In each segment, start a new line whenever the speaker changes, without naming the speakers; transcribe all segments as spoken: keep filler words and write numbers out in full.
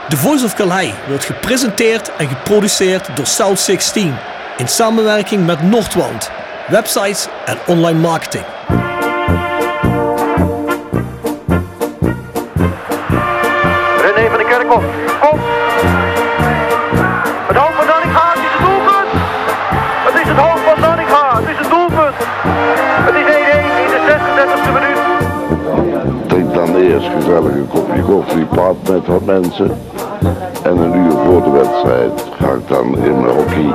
The Voice of Calais wordt gepresenteerd en geproduceerd door South zestien in samenwerking met Noordwand, websites en online marketing.
René van de Kerkhof, kom! Het hoofd van Nanninga, het is het doelpunt! Het is het hoofd van Nanninga, het is het doelpunt! Het is één-één in de zesendertigste minuut.
Drink dan eerst gezellig een kopje koffie, praat met wat mensen. En een uur voor de wedstrijd ga ik dan in mijn hockey.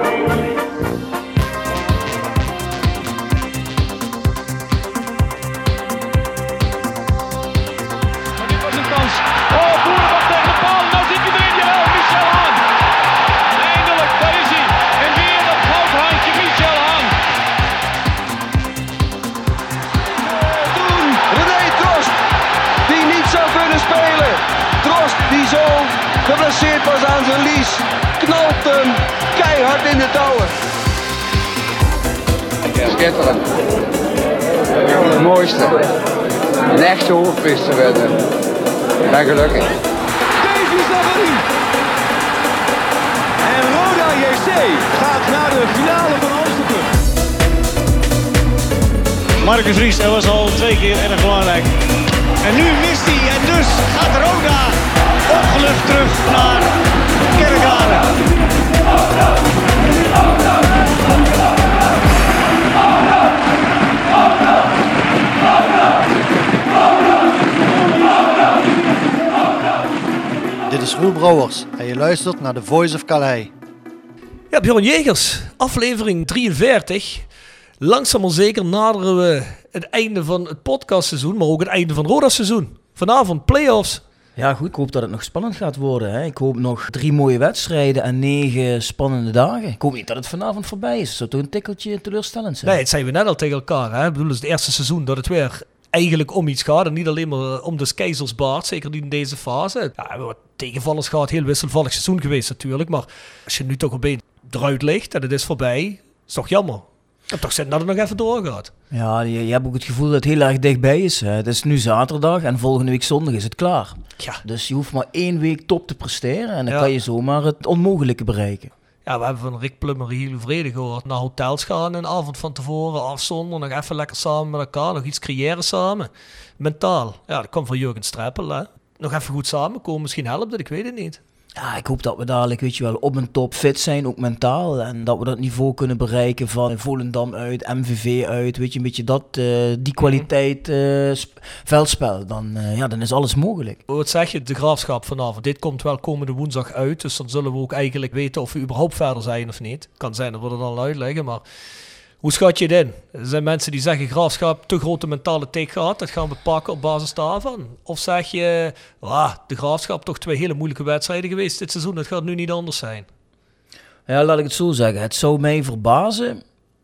Geblesseerd was aan zijn lies, knalt hem keihard in de touwen.
Schitterend. Het mooiste. Een echte hoofdpiste winnen. Ik ben gelukkig.
Davy Savary. En Roda J C gaat naar de finale van Amsterdam.
Marcus Ries, dat was al twee keer erg belangrijk. En nu mist hij en dus gaat Roda opgelucht terug naar Kerkrade.
Dit is Roel Brouwers en je luistert naar The Voice of Calais.
Ja, Björn Jegers, aflevering drieënveertig. Langzaam maar zeker naderen we het einde van het podcastseizoen, maar ook het einde van Roda seizoen. Vanavond play-offs.
Ja goed, ik hoop dat het nog spannend gaat worden. Hè. Ik hoop nog drie mooie wedstrijden en negen spannende dagen. Ik hoop niet dat het vanavond voorbij is. Het zou toch een tikkeltje teleurstellend zijn.
Nee, het zijn we net al tegen elkaar. Hè? Ik bedoel, het is het eerste seizoen dat het weer eigenlijk om iets gaat. En niet alleen maar om de keizersbaard, zeker niet in deze fase. Ja, we hebben wat tegenvallers gehad, heel wisselvallig seizoen geweest natuurlijk. Maar als je nu toch opeens eruit ligt en het is voorbij, is toch jammer. En toch zit dat er nog even doorgaat.
Ja, je, je hebt ook het gevoel dat het heel erg dichtbij is. Hè. Het is nu zaterdag en volgende week zondag is het klaar.
Ja.
Dus je hoeft maar één week top te presteren en dan
Ja.
kan je zomaar het onmogelijke bereiken.
Ja, we hebben van Rick Plummer heel vrede gehoord. Naar hotels gaan een avond van tevoren, afzonderen, nog even lekker samen met elkaar, nog iets creëren samen. Mentaal. Ja, dat kwam van Jurgen Streppel. Hè. Nog even goed samenkomen, misschien helpt het, ik weet het niet.
Ja, ik hoop dat we dadelijk, weet je wel, op een top fit zijn, ook mentaal. En dat we dat niveau kunnen bereiken van Volendam uit, M V V uit, weet je, een beetje dat, uh, die kwaliteit uh, sp- veldspel. Dan, uh, ja, dan is alles mogelijk.
Wat zeg je, de Graafschap vanavond? Dit komt wel komende woensdag uit, dus dan zullen we ook eigenlijk weten of we überhaupt verder zijn of niet. Kan zijn dat we er dan uitleggen, maar hoe schat je het in? Er zijn mensen die zeggen Graafschap te grote mentale tik gehad, dat gaan we pakken op basis daarvan. Of zeg je, ah, de Graafschap toch twee hele moeilijke wedstrijden geweest dit seizoen, dat gaat nu niet anders zijn.
Ja, laat ik het zo zeggen. Het zou mij verbazen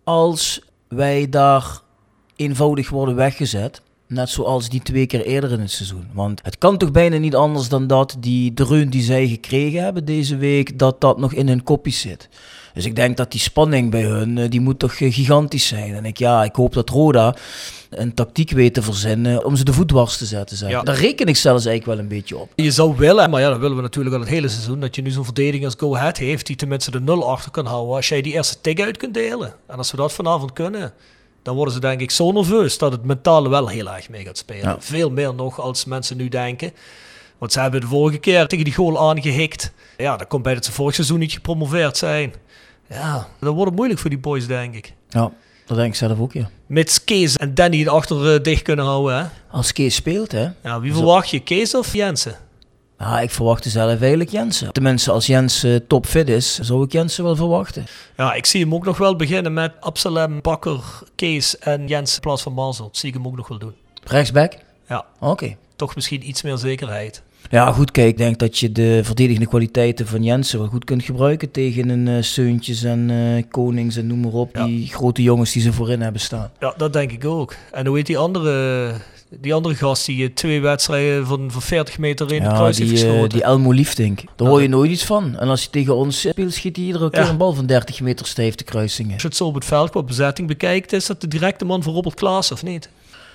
als wij daar eenvoudig worden weggezet. Net zoals die twee keer eerder in het seizoen. Want het kan toch bijna niet anders dan dat die dreun die zij gekregen hebben deze week, dat dat nog in hun kopjes zit. Dus ik denk dat die spanning bij hun, die moet toch gigantisch zijn. En ik, ja, ik hoop dat Roda een tactiek weet te verzinnen om ze de voet dwars te zetten. Zeg.
Ja.
Daar reken ik zelfs eigenlijk wel een beetje op.
Je zou willen, maar ja, dat willen we natuurlijk al het hele seizoen, dat je nu zo'n verdediging als Go Ahead heeft, die tenminste de nul achter kan houden. Als jij die eerste tik uit kunt delen. En als we dat vanavond kunnen, dan worden ze denk ik zo nerveus dat het mentale wel heel erg mee gaat spelen.
Ja.
Veel meer nog als mensen nu denken. Want ze hebben de vorige keer tegen die goal aangehikt. Ja, dat komt bij dat ze vorig seizoen niet gepromoveerd zijn. Ja, dat wordt moeilijk voor die boys, denk ik.
Ja, dat denk ik zelf ook, ja.
Mits Kees en Danny het achter uh, dicht kunnen houden, hè?
Als Kees speelt, hè.
Ja, wie
Zo.
verwacht je, Kees of Jensen?
Ja, ik verwachtte zelf eigenlijk Jensen. Tenminste, als Jensen topfit is, zou ik Jensen wel verwachten.
Ja, ik zie hem ook nog wel beginnen met Absalem, Bakker, Kees en Jens in plaats van Marcel. Dat zie ik hem ook nog wel doen.
Rechtsback?
Ja.
Oké. Okay.
Toch misschien iets meer zekerheid.
Ja, goed, kijk, ik denk dat je de verdedigende kwaliteiten van Jensen wel goed kunt gebruiken tegen een uh, Seuntjes en uh, Konings en noem maar op. Ja. Die grote jongens die ze voorin hebben staan.
Ja, dat denk ik ook. En hoe heet die andere, die andere gast die uh, twee wedstrijden van, van veertig meter in ja, de kruis
die,
heeft geschoten?
Uh, die Elmo Liefdink. Daar ja. hoor je nooit iets van. En als je tegen ons speelt, schiet hij iedere keer ja. een bal van dertig meter stijf de kruisingen.
Als je het zo op het veld qua bezetting bekijkt, is dat de directe man van Robert Klaas, of niet?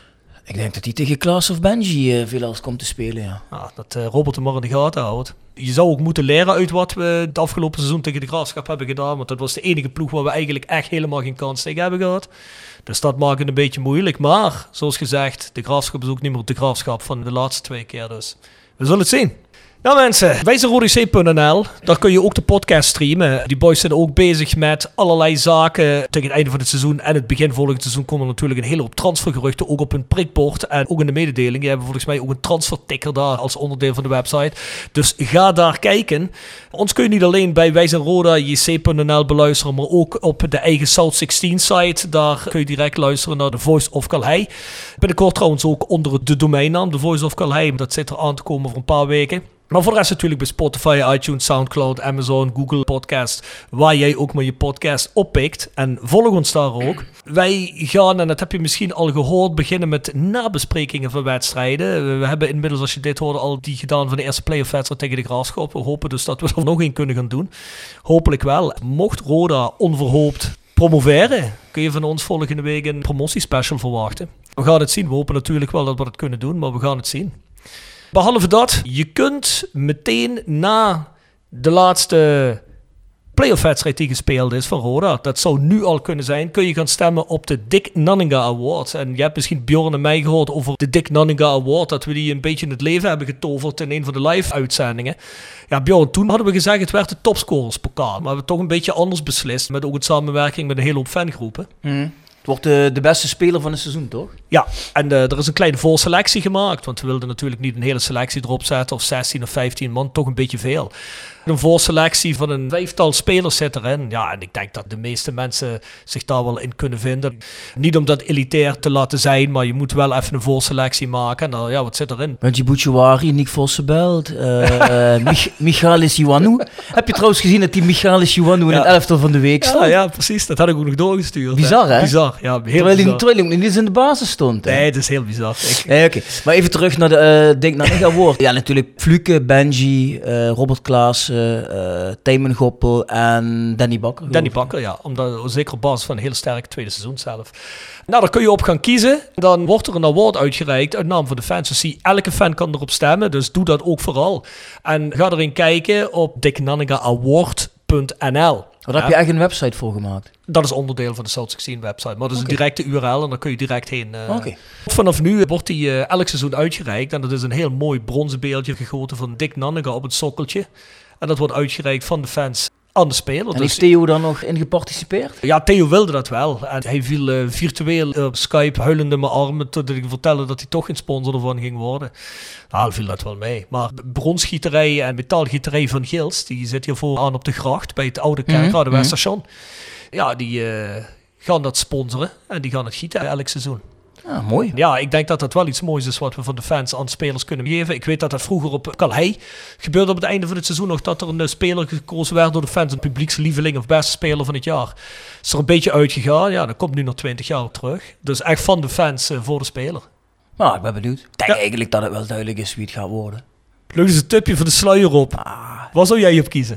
Ik denk dat hij tegen Klaas of Benji uh, veel als komt te spelen, ja.
ja dat uh, Robert hem maar in de gaten houdt. Je zou ook moeten leren uit wat we het afgelopen seizoen tegen de Graafschap hebben gedaan. Want dat was de enige ploeg waar we eigenlijk echt helemaal geen kans tegen hebben gehad. Dus dat maakt het een beetje moeilijk. Maar, zoals gezegd, de Graafschap is ook niet meer de Graafschap van de laatste twee keer. Dus we zullen het zien. Ja mensen, wij zijn Rode C punt N L. Daar kun je ook de podcast streamen. Die boys zijn ook bezig met allerlei zaken. Tegen het einde van het seizoen en het begin volgend seizoen komen er natuurlijk een hele hoop transfergeruchten. Ook op hun prikbord en ook in de mededeling. Die hebben volgens mij ook een transferticker daar als onderdeel van de website. Dus ga daar kijken. Ons kun je niet alleen bij Wij zijn Roda, J C punt N L beluisteren, maar ook op de eigen South zestien site. Daar kun je direct luisteren naar The Voice of Calhei. Binnenkort trouwens ook onder de domeinnaam The Voice of Calhei. Dat zit er aan te komen voor een paar weken. Maar voor de rest natuurlijk bij Spotify, iTunes, Soundcloud, Amazon, Google Podcast. Waar jij ook maar je podcast oppikt. En volg ons daar ook. Wij gaan, en dat heb je misschien al gehoord, beginnen met nabesprekingen van wedstrijden. We hebben inmiddels, als je dit hoorde, al die gedaan van de eerste play-off wedstrijd tegen de Graafschap. We hopen dus dat we er nog één kunnen gaan doen. Hopelijk wel. Mocht Roda onverhoopt promoveren, kun je van ons volgende week een promotiespecial verwachten. We gaan het zien. We hopen natuurlijk wel dat we het kunnen doen, maar we gaan het zien. Behalve dat, je kunt meteen na de laatste play-off wedstrijd die gespeeld is van Roda, dat zou nu al kunnen zijn, kun je gaan stemmen op de Dick Nanninga Award. En je hebt misschien Bjorn en mij gehoord over de Dick Nanninga Award, dat we die een beetje in het leven hebben getoverd in een van de live-uitzendingen. Ja, Bjorn, toen hadden we gezegd het werd de topscorerspokal, maar we hebben toch een beetje anders beslist, met ook het samenwerking met een hele hoop fangroepen.
Mm. Het wordt de, de beste speler van het seizoen, toch?
Ja, en uh, er is een kleine voorselectie gemaakt. Want we wilden natuurlijk niet een hele selectie erop zetten. Of zestien of vijftien man, toch een beetje veel. Een voorselectie van een vijftal spelers zit erin. Ja, en ik denk dat de meeste mensen zich daar wel in kunnen vinden. Niet om dat elitair te laten zijn, maar je moet wel even een voorselectie maken. En uh, ja, wat zit erin?
Benji Bouchouari, Nick Vossenbelt, uh, Mich- Michalis Ioannou. Heb je trouwens gezien dat die Michalis Ioannou in ja. het elftal van de week stond?
Ja, ja, precies. Dat had ik ook nog doorgestuurd.
Bizar, hè?
Bizar, ja. Heel
terwijl,
bizar.
Hij, terwijl hij ook niet eens in de basis stond. Hè?
Nee, dat is heel bizar. Ik...
Nee, oké. Okay. Maar even terug naar de uh, Dick Nanninga Award. Ja, natuurlijk Fluke, Benji, uh, Robert Klaassen, Uh, Tijmen Goppel en Danny Bakker.
Danny Bakker, ja. Omdat, zeker op basis van een heel sterk tweede seizoen zelf. Nou, daar kun je op gaan kiezen. Dan wordt er een award uitgereikt uit naam van de fans. Dus zie, elke fan kan erop stemmen. Dus doe dat ook vooral. En ga erin kijken op dick nanninga award punt n l.
Daar heb je echt een website voor gemaakt?
Dat is onderdeel van de South zestien website. Maar dat is okay. Een directe U R L en dan kun je direct heen. Uh,
okay.
Vanaf nu wordt die uh, elk seizoen uitgereikt. En dat is een heel mooi bronzen beeldje gegoten van Dick Nanninga op het sokkeltje. En dat wordt uitgereikt van de fans aan de speler.
En
dus,
heeft Theo dan nog in geparticipeerd?
Ja, Theo wilde dat wel. En hij viel uh, virtueel op Skype huilend in mijn armen totdat ik vertelde dat hij toch geen sponsor ervan ging worden. Nou, viel dat wel mee. Maar bronsgieterij en metaalgieterij van Gils, die zit hier vooraan op de gracht bij het oude Kerkrade mm-hmm. Westerstation. Ja, die uh, gaan dat sponsoren en die gaan het gieten elk seizoen.
Ja, mooi.
Ja, ik denk dat dat wel iets moois is wat we van de fans aan spelers kunnen geven. Ik weet dat dat vroeger op Calhei gebeurde op het einde van het seizoen nog, dat er een speler gekozen werd door de fans, een publiekslieveling of beste speler van het jaar. Is er een beetje uitgegaan. Ja, dat komt nu nog twintig jaar terug. Dus echt van de fans uh, voor de speler.
Nou, ik ben benieuwd. Ik denk ja. eigenlijk dat het wel duidelijk is wie het gaat worden.
Leuk is een tipje van de sluier op. Ah. Waar zou jij op kiezen?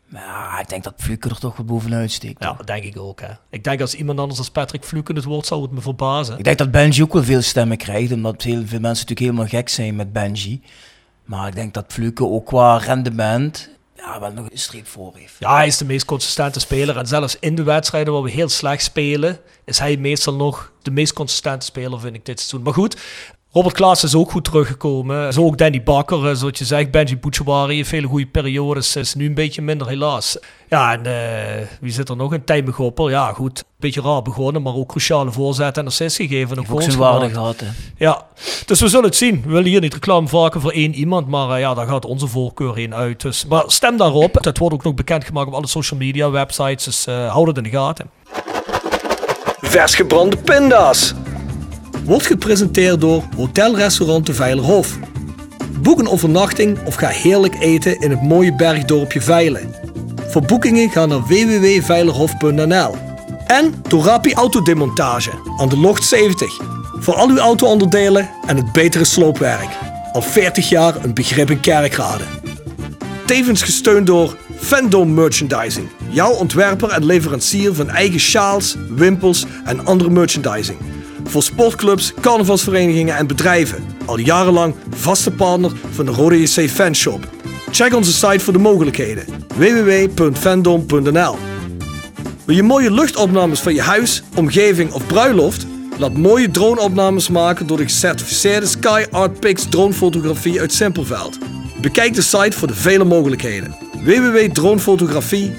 Ja, ik denk dat Fluke er toch wat bovenuit steekt.
Ja, dat denk ik ook. Hè. Ik denk als iemand anders als Patrick Fluke het wordt, zou het me verbazen.
Ik denk dat Benji ook wel veel stemmen krijgt, omdat heel veel mensen natuurlijk helemaal gek zijn met Benji. Maar ik denk dat Fluke ook qua rendement ja, wel nog een streep voor heeft.
Ja, hij is de meest consistente speler. En zelfs in de wedstrijden waar we heel slecht spelen, is hij meestal nog de meest consistente speler, vind ik, dit seizoen. Maar goed, Robert Klaassen is ook goed teruggekomen. Zo ook Danny Bakker, zoals je zegt. Benji Bouchouari heeft hele goede periodes. Is nu een beetje minder, helaas. Ja, en uh, wie zit er nog? Een Tijmen Goppel. Ja, goed. Een beetje raar begonnen, maar ook cruciale voorzet en assist gegeven.
Heeft ook zijn waarde gehad, hè?
Ja, dus we zullen het zien. We willen hier niet reclame maken voor één iemand, maar uh, ja, daar gaat onze voorkeur heen uit. Dus, maar stem daarop. Dat wordt ook nog bekendgemaakt op alle social media websites, dus uh, houd het in de gaten. Vers gebrande pinda's. Wordt gepresenteerd door Hotel-Restaurant de Veilerhof. Boek een overnachting of ga heerlijk eten in het mooie bergdorpje Veilen. Voor boekingen ga naar w w w punt veilerhof punt n l. En Torapi Autodemontage aan de Locht zeventig. Voor al uw auto-onderdelen en het betere sloopwerk. Al veertig jaar een begrip in Kerkrade. Tevens gesteund door Fandom Merchandising. Jouw ontwerper en leverancier van eigen sjaals, wimpels en andere merchandising.
voor sportclubs, carnavalsverenigingen en bedrijven. Al jarenlang vaste partner van de Roda J C Fanshop. Check onze site voor de mogelijkheden. w w w punt fandom punt n l. Wil je mooie luchtopnames van je huis, omgeving of bruiloft? Laat mooie droneopnames maken door de gecertificeerde Sky Art Pix dronefotografie uit Simpelveld. Bekijk de site voor de vele mogelijkheden. w w w punt dronefotografie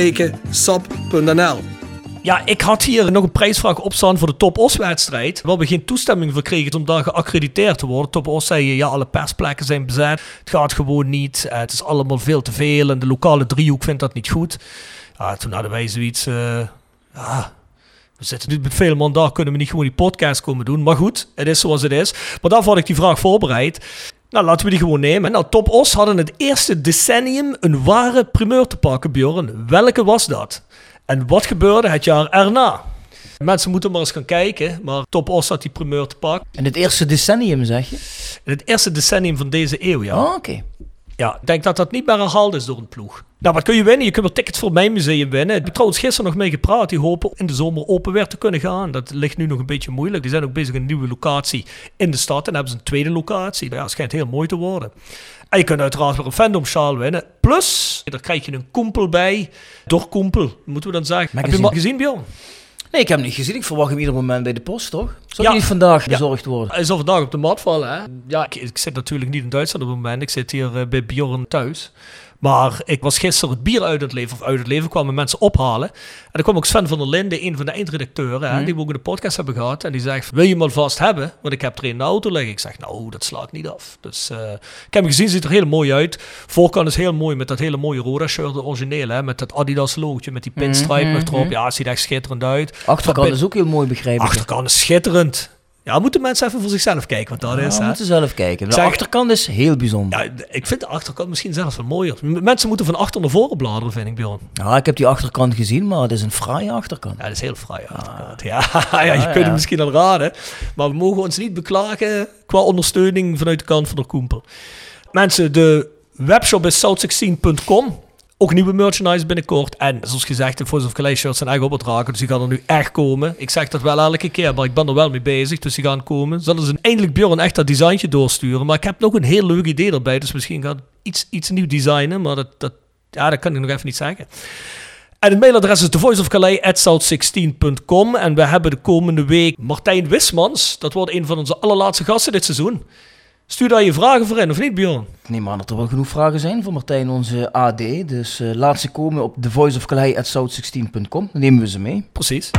sap punt n l.
Ja, ik had hier nog een prijsvraag opstaan voor de Top Os wedstrijd. Waar we geen toestemming voor kregen om daar geaccrediteerd te worden. Top Os zei, ja, alle persplekken zijn bezet. Het gaat gewoon niet. Het is allemaal veel te veel. En de lokale driehoek vindt dat niet goed. Ja, toen hadden wij zoiets... Uh, ja, we zitten nu met veel man daar. Kunnen we niet gewoon die podcast komen doen. Maar goed, het is zoals het is. Maar daarvoor had ik die vraag voorbereid. Nou, laten we die gewoon nemen. Nou, Top Os hadden het eerste decennium een ware primeur te pakken, Björn. Welke was dat? En wat gebeurde het jaar erna? Mensen moeten maar eens gaan kijken, maar Top Os had die primeur te pakken.
In het eerste decennium, zeg je?
In het eerste decennium van deze eeuw, ja.
Oh, oké. Okay.
Ja, ik denk dat dat niet meer herhaald is door een ploeg. Nou, wat kun je winnen? Je kunt weer tickets voor mijn museum winnen. Ik heb trouwens gisteren nog mee gepraat. Die hopen in de zomer open weer te kunnen gaan. Dat ligt nu nog een beetje moeilijk. Die zijn ook bezig met een nieuwe locatie in de stad. En dan hebben ze een tweede locatie. Ja, het schijnt heel mooi te worden. En je kunt uiteraard weer een Fandom sjaal winnen. Plus, daar krijg je een koempel bij. Door koempel, moeten we dan zeggen.
Magazine.
Heb je hem al gezien, Björn?
Nee, ik heb hem niet gezien. Ik verwacht hem ieder moment bij de post, toch? Zal
ja.
hij niet vandaag
ja.
bezorgd worden?
Hij zal vandaag op de mat vallen, hè? Ja, ik, ik zit natuurlijk niet in Duitsland op het moment. Ik zit hier uh, bij Björn thuis. Maar ik was gisteren het bier uit het leven, of uit het leven, kwamen mensen ophalen. En dan kwam ook Sven van der Linden, een van de eindredacteuren, hè, mm. die we ook in de podcast hebben gehad. En die zegt, wil je hem alvast hebben? Want ik heb er een in de auto liggen. Ik zeg, nou, dat slaat niet af. Dus uh, ik heb hem gezien, ziet er heel mooi uit. Voorkant is heel mooi, met dat hele mooie Roda shirt, de origineel, hè, met dat Adidas logootje, met die pinstripe mm-hmm. nog erop. Ja, het ziet echt schitterend uit.
Achterkant is ook heel mooi, begrepen.
Achterkant is schitterend. Ja, moeten mensen even voor zichzelf kijken, wat dat
ja,
is.
We
hè?
moeten zelf kijken. De
zeg,
achterkant is heel bijzonder.
Ja, ik vind de achterkant misschien zelfs wel mooier. Mensen moeten van achter naar voren bladeren, vind ik, Björn.
Ja, ik heb die achterkant gezien, maar het is een fraaie achterkant.
Ja, dat is heel fraai achterkant. Ja, ja, ja, je ah, kunt ja. het misschien al raden. Maar we mogen ons niet beklagen qua ondersteuning vanuit de kant van de Koempel. Mensen, de webshop is south sixteen punt com. Ook nieuwe merchandise binnenkort. En zoals gezegd, de Voice of Calais shirts zijn echt op het raken. Dus die gaan er nu echt komen. Ik zeg dat wel elke keer, maar ik ben er wel mee bezig. Dus die gaan komen. Zullen ze eindelijk Björn echt dat designtje doorsturen. Maar ik heb nog een heel leuk idee erbij. Dus misschien gaat iets, iets nieuw designen. Maar dat, dat, ja, dat kan ik nog even niet zeggen. En het mailadres is the voice of calais at south sixteen punt com. En we hebben de komende week Martijn Wismans. Dat wordt een van onze allerlaatste gasten dit seizoen. Stuur daar je vragen voor in, of niet, Björn?
Ik neem aan dat er wel genoeg vragen zijn voor Martijn, onze A D. Dus uh, laat ze komen op the voice of calais at south sixteen punt com. Dan nemen we ze mee.
Precies.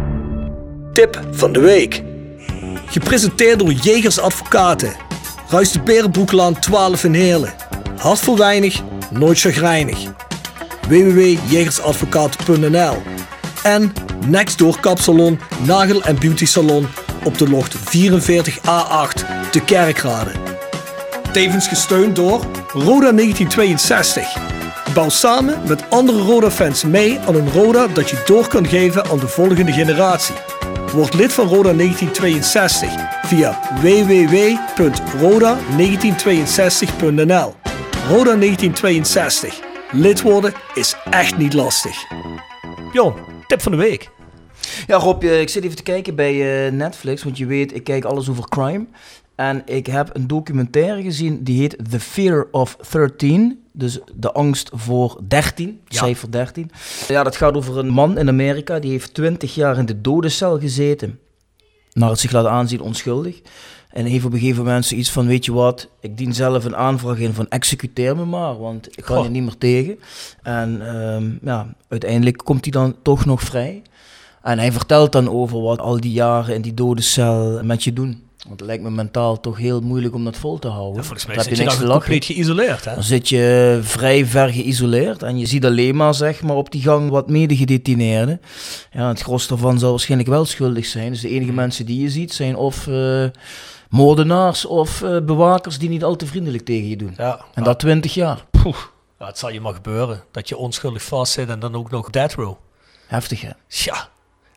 Tip van de week. Gepresenteerd door Jegers Advocaten. Ruist de Berenbroeklaan twaalf in Heerlen. Hart voor weinig, nooit chagrijnig. w w w punt jegersadvocaten punt n l. En Nextdoor Kapsalon, Nagel en Beauty Salon op de locht vierenveertig A acht te Kerkrade. Tevens gesteund door Roda negentien tweeënzestig. Bouw samen met andere Roda-fans mee aan een Roda dat je door kan geven aan de volgende generatie. Word lid van Roda negentien tweeënzestig via w w w punt roda negentien tweeënzestig punt n l. Roda negentien tweeënzestig. Lid worden is echt niet lastig.
Björn, tip van de week.
Ja, Rob, ik zit even te kijken bij uh, Netflix, want je weet, ik kijk alles over crime. En ik heb een documentaire gezien, die heet The Fear of dertien. Dus de angst voor dertien, ja. Cijfer dertien. Ja, dat gaat over een man in Amerika, die heeft twintig jaar in de dodencel gezeten. Naar het zich laat aanzien onschuldig. En heeft op een gegeven moment zoiets van, weet je wat, ik dien zelf een aanvraag in van executeer me maar, want ik kan je niet meer tegen. En um, ja, uiteindelijk komt hij dan toch nog vrij. En hij vertelt dan over wat al die jaren in die dodencel met je doen. Want het lijkt me mentaal toch heel moeilijk om dat vol te houden.
Ja, volgens mij
dan
zit je, je dan compleet geïsoleerd. Hè?
Dan zit je vrij ver geïsoleerd en je ziet alleen maar, zeg maar, op die gang wat medegedetineerden. Ja, het gros daarvan zal waarschijnlijk wel schuldig zijn. Dus de enige mensen die je ziet zijn of uh, moordenaars of uh, bewakers die niet al te vriendelijk tegen je doen.
Ja,
en
ja.
dat twintig jaar.
Poeh. Ja, het zal je maar gebeuren dat je onschuldig vastzit en dan ook nog death row.
Heftig, hè?
Ja.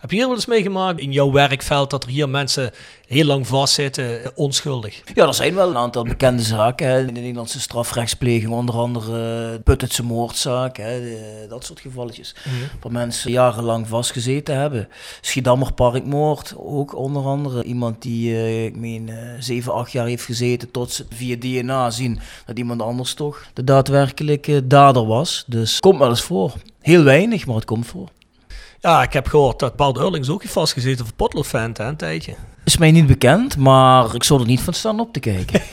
Heb je hier wel eens meegemaakt in jouw werkveld dat er hier mensen heel lang vastzitten, onschuldig?
Ja, er zijn wel een aantal bekende zaken. Hè. In de Nederlandse strafrechtspleging, onder andere Puttetse moordzaak, hè, de, dat soort gevalletjes. Mm-hmm. Waar mensen jarenlang vastgezeten hebben. Schiedammer parkmoord, ook onder andere. Iemand die, uh, ik meen, uh, zeven, acht jaar heeft gezeten tot ze via D N A zien dat iemand anders toch de daadwerkelijke dader was. Dus komt wel eens voor. Heel weinig, maar het komt voor.
Ja, ik heb gehoord dat Paul Eurlings ook heeft vastgezeten voor potloodvent, hè, een tijdje.
Is mij niet bekend, maar ik zou er niet van staan op te kijken.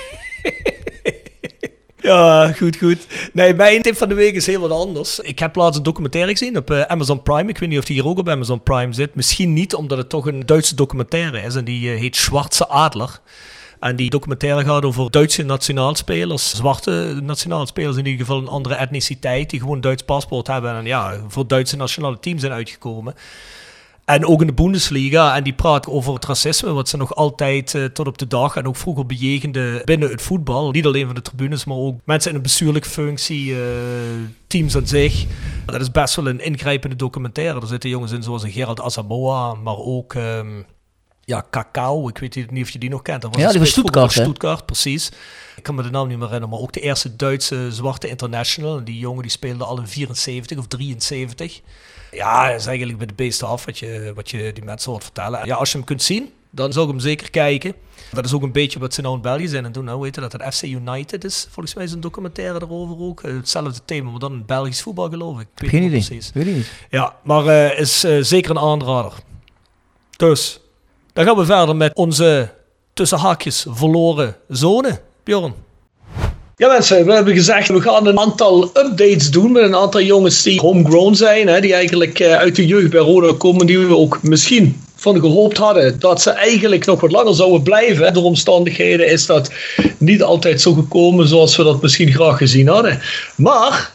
Ja, goed, goed. Nee, mijn tip van de week is heel wat anders. Ik heb laatst een documentaire gezien op uh, Amazon Prime. Ik weet niet of die hier ook op Amazon Prime zit. Misschien niet, omdat het toch een Duitse documentaire is. En die uh, heet Schwarze Adler. En die documentaire gaat over Duitse nationaalspelers, zwarte nationaalspelers in ieder geval, een andere etniciteit, die gewoon een Duits paspoort hebben en ja, voor het Duitse nationale team zijn uitgekomen. En ook in de Bundesliga. En die praat over het racisme, wat ze nog altijd uh, tot op de dag en ook vroeger bejegende binnen het voetbal. Niet alleen van de tribunes, maar ook mensen in een bestuurlijke functie, uh, teams aan zich. Dat is best wel een ingrijpende documentaire. Er zitten jongens in zoals Gerald Asamoah, maar ook... Um, Ja, Cacao, ik weet niet of je die nog kent. Dat was
ja, die was Stuttgart,
Stuttgart, precies. Ik kan me de naam niet meer herinneren, maar ook de eerste Duitse zwarte international. Die jongen die speelde al in vierenzeventig of drieënzeventig. Ja, dat is eigenlijk bij de beesten af wat je, wat je die mensen hoort vertellen. Ja, als je hem kunt zien, dan zou ik hem zeker kijken. Dat is ook een beetje wat ze nou in België zijn en doen. Nou, weet je dat het F C United is. Volgens mij is een documentaire erover ook. Hetzelfde thema, maar dan in Belgisch voetbal geloof ik. ik weet
Geen idee,
precies.
weet ik niet.
Ja, maar uh, is uh, zeker een aanrader. Dus... Dan gaan we verder met onze tussen haakjes verloren zone. Bjorn. Ja mensen, we hebben gezegd we gaan een aantal updates doen met een aantal jongens die homegrown zijn. Hè, die eigenlijk uh, uit de jeugd bij Roda komen. Die we ook misschien van gehoopt hadden dat ze eigenlijk nog wat langer zouden blijven. Door omstandigheden is dat niet altijd zo gekomen zoals we dat misschien graag gezien hadden. Maar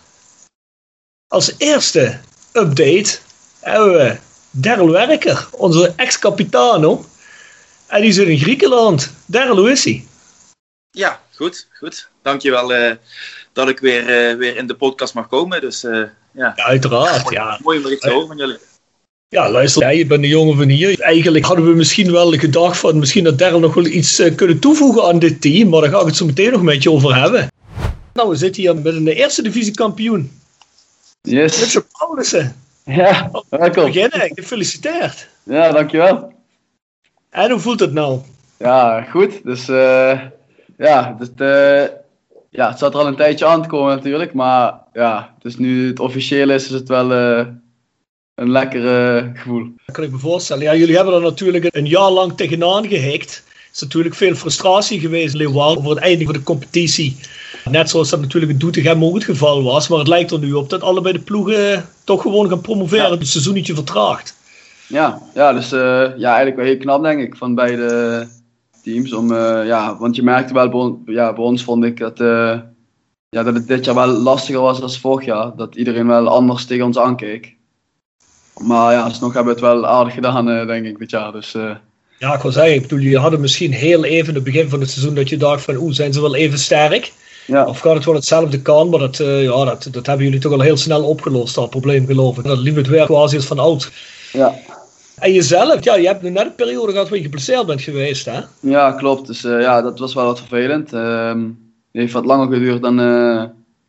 als eerste update hebben we Daryl Werker, onze ex-capitano. En die zit in Griekenland. Daryl, hoe is hij?
Ja, goed, goed. Dankjewel uh, dat ik weer, uh, weer in de podcast mag komen. Dus, uh, ja.
ja, uiteraard.
Mooi,
ja.
mooi om er iets te horen van jullie.
Ja, luister, ja, je bent de jongen van hier. Eigenlijk hadden we misschien wel gedacht van misschien dat Daryl nog wel iets uh, kunnen toevoegen aan dit team. Maar daar ga ik het zo meteen nog met je over hebben. Nou, we zitten hier met een eerste divisie kampioen.
Yes.
Mitchell Paulussen.
Ja, welkom.
Beginnen, gefeliciteerd.
Ja, dankjewel.
En hoe voelt het nou?
Ja, goed. Dus uh, ja, dus, uh, ja, het zat er al een tijdje aan te komen natuurlijk. Maar ja, dus nu het officieel is, is het wel uh, een lekker uh, gevoel.
Dat kan ik me voorstellen. Ja, jullie hebben er natuurlijk een jaar lang tegenaan gehikt. Er is natuurlijk veel frustratie geweest, Leeuwarden, over het einde van de competitie. Net zoals dat natuurlijk in Doetinchem ook het geval was. Maar het lijkt er nu op dat allebei de ploegen toch gewoon gaan promoveren. Ja. Het seizoenetje vertraagt.
Ja, ja, dus uh, ja, eigenlijk wel heel knap denk ik van beide teams. Om, uh, ja, want je merkte wel, bij, on, ja, bij ons vond ik dat, uh, ja, dat het dit jaar wel lastiger was dan vorig jaar. Dat iedereen wel anders tegen ons aankeek. Maar ja, alsnog hebben we het wel aardig gedaan uh, denk ik dit jaar. Dus, uh,
ja, ik wil zeggen, ik bedoel, jullie hadden misschien heel even in het begin van het seizoen dat je dacht van oeh, zijn ze wel even sterk? Ja. Of gaat het wel hetzelfde kan, maar dat, uh, ja, dat, dat hebben jullie toch al heel snel opgelost, dat probleem geloof ik. Dat liep het weer quasi als van oud.
Ja.
En jezelf, ja, je hebt nu net een periode gehad waar je geblesseerd bent geweest, hè?
Ja, klopt. Dus uh, ja, dat was wel wat vervelend. Uh, het heeft wat langer geduurd dan, uh,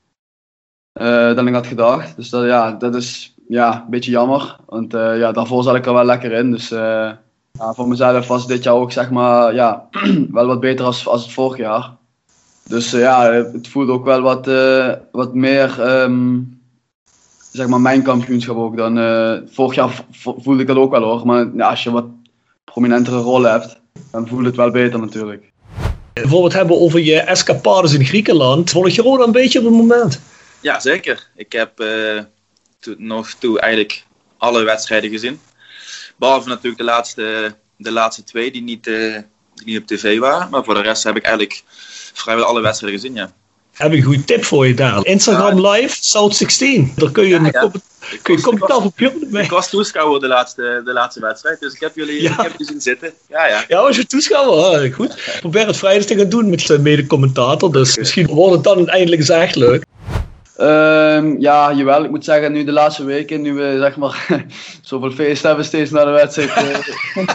uh, dan ik had gedacht. Dus dat, ja, dat is ja, een beetje jammer. Want uh, ja, daarvoor zat ik er wel lekker in. Dus uh, ja, voor mezelf was dit jaar ook zeg maar, ja, wel wat beter als, als het vorig jaar. Dus uh, ja, het voelt ook wel wat, uh, wat meer... Um, zeg maar mijn kampioenschap ook dan. Uh, vorig jaar vo- voelde ik dat ook wel hoor. Maar ja, als je wat prominentere rollen hebt, dan voelt het wel beter natuurlijk.
Voor we het hebben over je escapades in Griekenland, volg je Roda een beetje op het moment?
Ja, zeker. Ik heb uh, to- nog toe eigenlijk alle wedstrijden gezien. Behalve natuurlijk de laatste, de laatste twee die niet, uh, die niet op tv waren. Maar voor de rest heb ik eigenlijk vrijwel alle wedstrijden gezien, ja.
Heb ik een goede tip voor je daar. Instagram ja. Live, South zestien. Daar kun je
ja,
een
ja.
kop, kun je commentaar op Bjorn mee.
Ik was toeschouwer de laatste, de laatste wedstrijd, dus ik heb jullie ja. ik heb jullie zien zitten. Ja, ja.
Ja, was je toeschouwer? Ja, goed. Probeer het vrijdag te gaan doen met de mede-commentator. Dus misschien wordt het dan uiteindelijk eens echt leuk.
Um, ja, jawel. Ik moet zeggen, nu de laatste weken, nu we zeg maar zoveel feest hebben steeds na de wedstrijd, uh,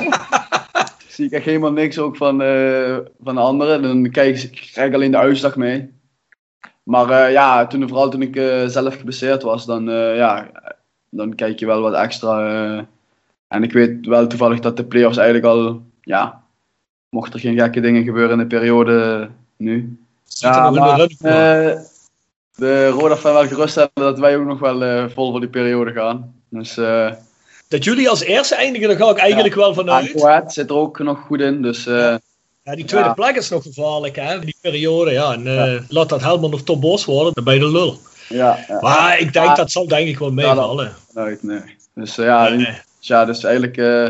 zie ik echt helemaal niks ook van, uh, van de anderen. Dan kijk ik, krijg ik alleen de uitslag mee. Maar uh, ja, toen, vooral toen ik uh, zelf geblesseerd was, dan, uh, ja, dan kijk je wel wat extra. Uh, en ik weet wel toevallig dat de play-offs eigenlijk al, ja, mocht er geen gekke dingen gebeuren in de periode nu. Ja, maar, uh, de Roda fan wel gerust hebben dat wij ook nog wel uh, vol voor die periode gaan. Dus, uh,
dat jullie als eerste eindigen, daar ga ik eigenlijk ja, wel vanuit.
Coët zit er ook nog goed in. Dus, uh, ja.
ja, die tweede ja. plek is nog gevaarlijk, hè, die periode. Ja, en uh, ja. laat dat helemaal nog Top Bos worden, dan ben je de lul.
Ja, ja.
Maar ik denk ja, dat zal denk ik wel meevallen.
Nee, nee. Dus uh, ja, nee, nee. Dus, ja, dus eigenlijk uh,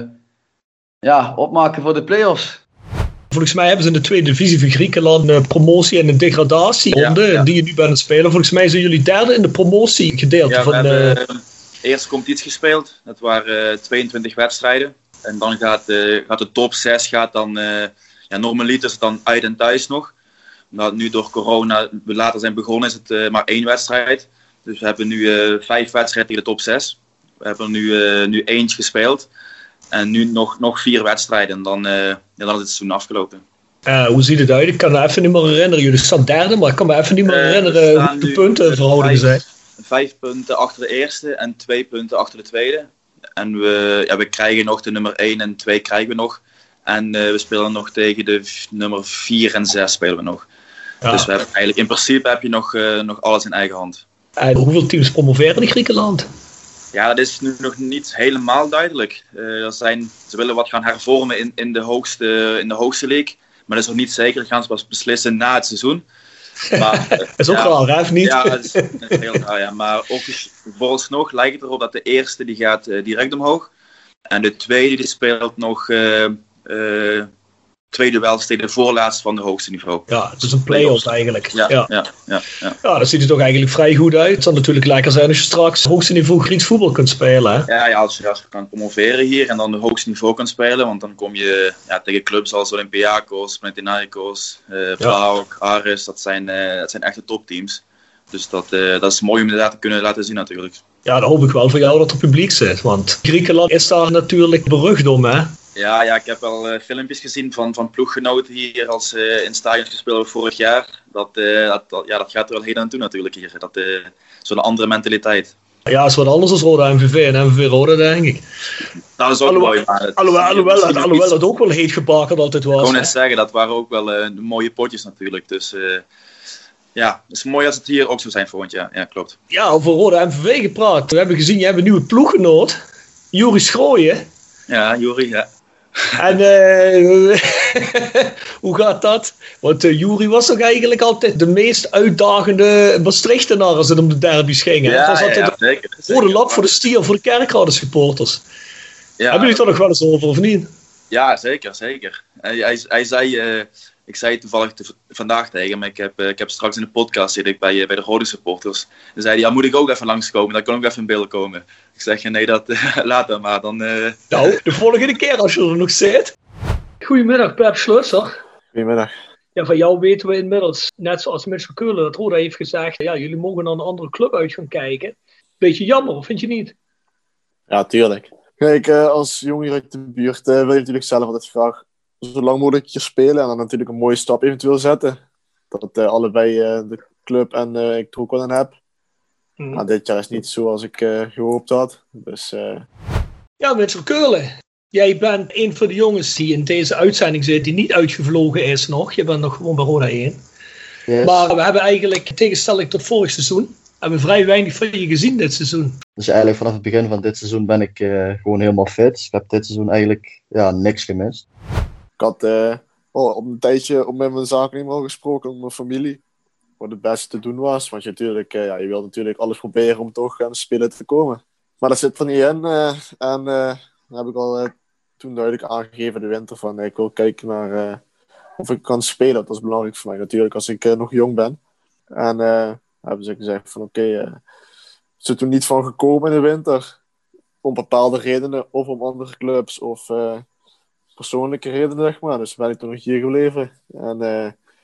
ja, opmaken voor de play-offs.
Volgens mij hebben ze in de tweede divisie van Griekenland een promotie en een degradatieronde ja, ja. die je nu bent aan het spelen. Volgens mij zijn jullie derde in de promotiegedeelte.
Ja,
van
we hebben
de...
uh, eerst competitie gespeeld. Dat waren uh, tweeëntwintig wedstrijden. En dan gaat, uh, gaat de top zes gaat dan, uh, ja, normaliter dan uit en thuis nog. Omdat nu door corona we later zijn begonnen is het uh, maar één wedstrijd. Dus we hebben nu uh, vijf wedstrijden in de top zes. We hebben er nu, uh, nu eentje gespeeld. En nu nog, nog vier wedstrijden en dan, uh, ja, dan is het seizoen afgelopen.
Uh, hoe ziet het uit? Ik kan me even niet meer herinneren. Jullie staan derde, maar ik kan me even niet meer uh, herinneren hoe de puntenverhoudingen zijn.
Vijf punten achter de eerste en twee punten achter de tweede. En we, ja, we krijgen nog de nummer één en twee krijgen we nog. En uh, we spelen nog tegen de nummer vier en zes spelen we nog. Ja. Dus we hebben eigenlijk, in principe heb je nog, uh, nog alles in eigen hand.
En hoeveel teams promoveren in Griekenland?
Ja, dat is nu nog niet helemaal duidelijk. Uh, er zijn, ze willen wat gaan hervormen in, in, de hoogste, in de hoogste league. Maar dat is nog niet zeker. Dat gaan ze pas beslissen na het seizoen. Maar, uh,
is ook ja, raar, hè, of niet?
Ja, dat is, dat is heel raar. Ja. Maar ook vooralsnog lijkt het erop dat de eerste die gaat uh, direct omhoog. En de tweede die speelt nog uh, uh, twee duels tegen de voorlaatste van de hoogste niveau.
Ja, het is een play-off eigenlijk.
Ja, ja. Ja, ja, ja.
ja, dat ziet er toch eigenlijk vrij goed uit. Het zal natuurlijk lekker zijn als je straks het hoogste niveau Grieks voetbal kunt spelen. Hè?
Ja, ja als, je, als je kan promoveren hier en dan het hoogste niveau kan spelen. Want dan kom je ja, tegen clubs als Olympiakos, Panathinaikos, uh, PAOK, ja. Aris. Dat zijn, uh, dat zijn echte topteams. Dus dat, uh, dat is mooi om inderdaad te kunnen laten zien natuurlijk.
Ja, dan hoop ik wel voor jou dat er publiek zit. Want Griekenland is daar natuurlijk berucht om, hè?
Ja, ja, ik heb wel uh, filmpjes gezien van, van ploeggenoten hier als uh, in stadions gespeeld hebben vorig jaar. Dat, uh, dat, dat, ja, dat gaat er wel heel aan toe natuurlijk hier. Dat uh, zo'n andere mentaliteit.
Ja, het is wat anders dan Roda M V V en M V V Roda, denk ik.
Dat is ook
alhoewel,
mooi. Maar het,
alhoewel, alhoewel, het, alhoewel het ook wel heet gebakerd altijd was.
Ik kon net zeggen, dat waren ook wel uh, mooie potjes natuurlijk. Dus uh, ja, het is mooi als het hier ook zou zijn volgend jaar. Ja, klopt.
Ja, over Roda M V V gepraat. We hebben gezien, je hebt een nieuwe ploeggenoot. Juri Schrooien.
Ja, Juri, ja.
En uh, hoe gaat dat? Want uh, Juri was toch eigenlijk altijd de meest uitdagende Maastrichtenaar als het om de derbies ging. Hè?
Ja,
het was altijd
ja, ja, zeker,
de rode
zeker.
lap voor de stier, voor de Kerkrade supporters.
Ja,
hebben jullie het er nog wel eens over, of niet?
Ja, zeker, zeker. Hij, hij, hij zei, uh, ik zei toevallig te, vandaag tegen hem, ik heb, uh, ik heb straks in de podcast zit ik bij, uh, bij de Rode supporters. Dan zei hij, ja, moet ik ook even langskomen, dan kan ik ook even in beeld komen. Ik zeg, nee, dat uh, laat dan maar. Dan, uh...
Nou, de volgende keer als je er nog zit. Goedemiddag, Pep Schlutzer.
Goedemiddag.
Ja, van jou weten we inmiddels, net zoals Mitch van Keulen, dat Roda heeft gezegd, ja, jullie mogen naar een andere club uit gaan kijken. Beetje jammer, vind je niet?
Ja, tuurlijk. Kijk, uh, als jongen uit de buurt uh, wil je natuurlijk zelf altijd graag zo lang mogelijk hier spelen en dan natuurlijk een mooie stap eventueel zetten. Dat uh, allebei uh, de club en uh, ik er ook wel in heb. Mm. Maar dit jaar is niet zoals ik uh, gehoopt had. Dus, uh...
Ja, Mitch van Keulen. Jij bent een van de jongens die in deze uitzending zit, die niet uitgevlogen is nog. Je bent nog gewoon bij Roda één. Yes. Maar we hebben eigenlijk, tegenstelling tot vorig seizoen, hebben we vrij weinig van je gezien dit seizoen.
Dus eigenlijk vanaf het begin van dit seizoen ben ik uh, gewoon helemaal fit. Ik heb dit seizoen eigenlijk ja, niks gemist.
Ik had uh, oh, op een tijdje op met mijn zakennemer gesproken, met mijn familie. Wat het beste te doen was. Want je, natuurlijk, uh, ja, je wilt natuurlijk alles proberen om toch aan de spelen te komen. Maar dat zit er niet in. Uh, en uh, dan heb ik al uh, toen duidelijk aangegeven de winter van uh, ik wil kijken naar uh, of ik kan spelen. Dat is belangrijk voor mij natuurlijk als ik uh, nog jong ben. En uh, hebben ze gezegd van oké, okay, uh, is er toen niet van gekomen in de winter. Om bepaalde redenen of om andere clubs of uh, persoonlijke redenen zeg maar. Dus ben ik toen nog hier gebleven. En uh,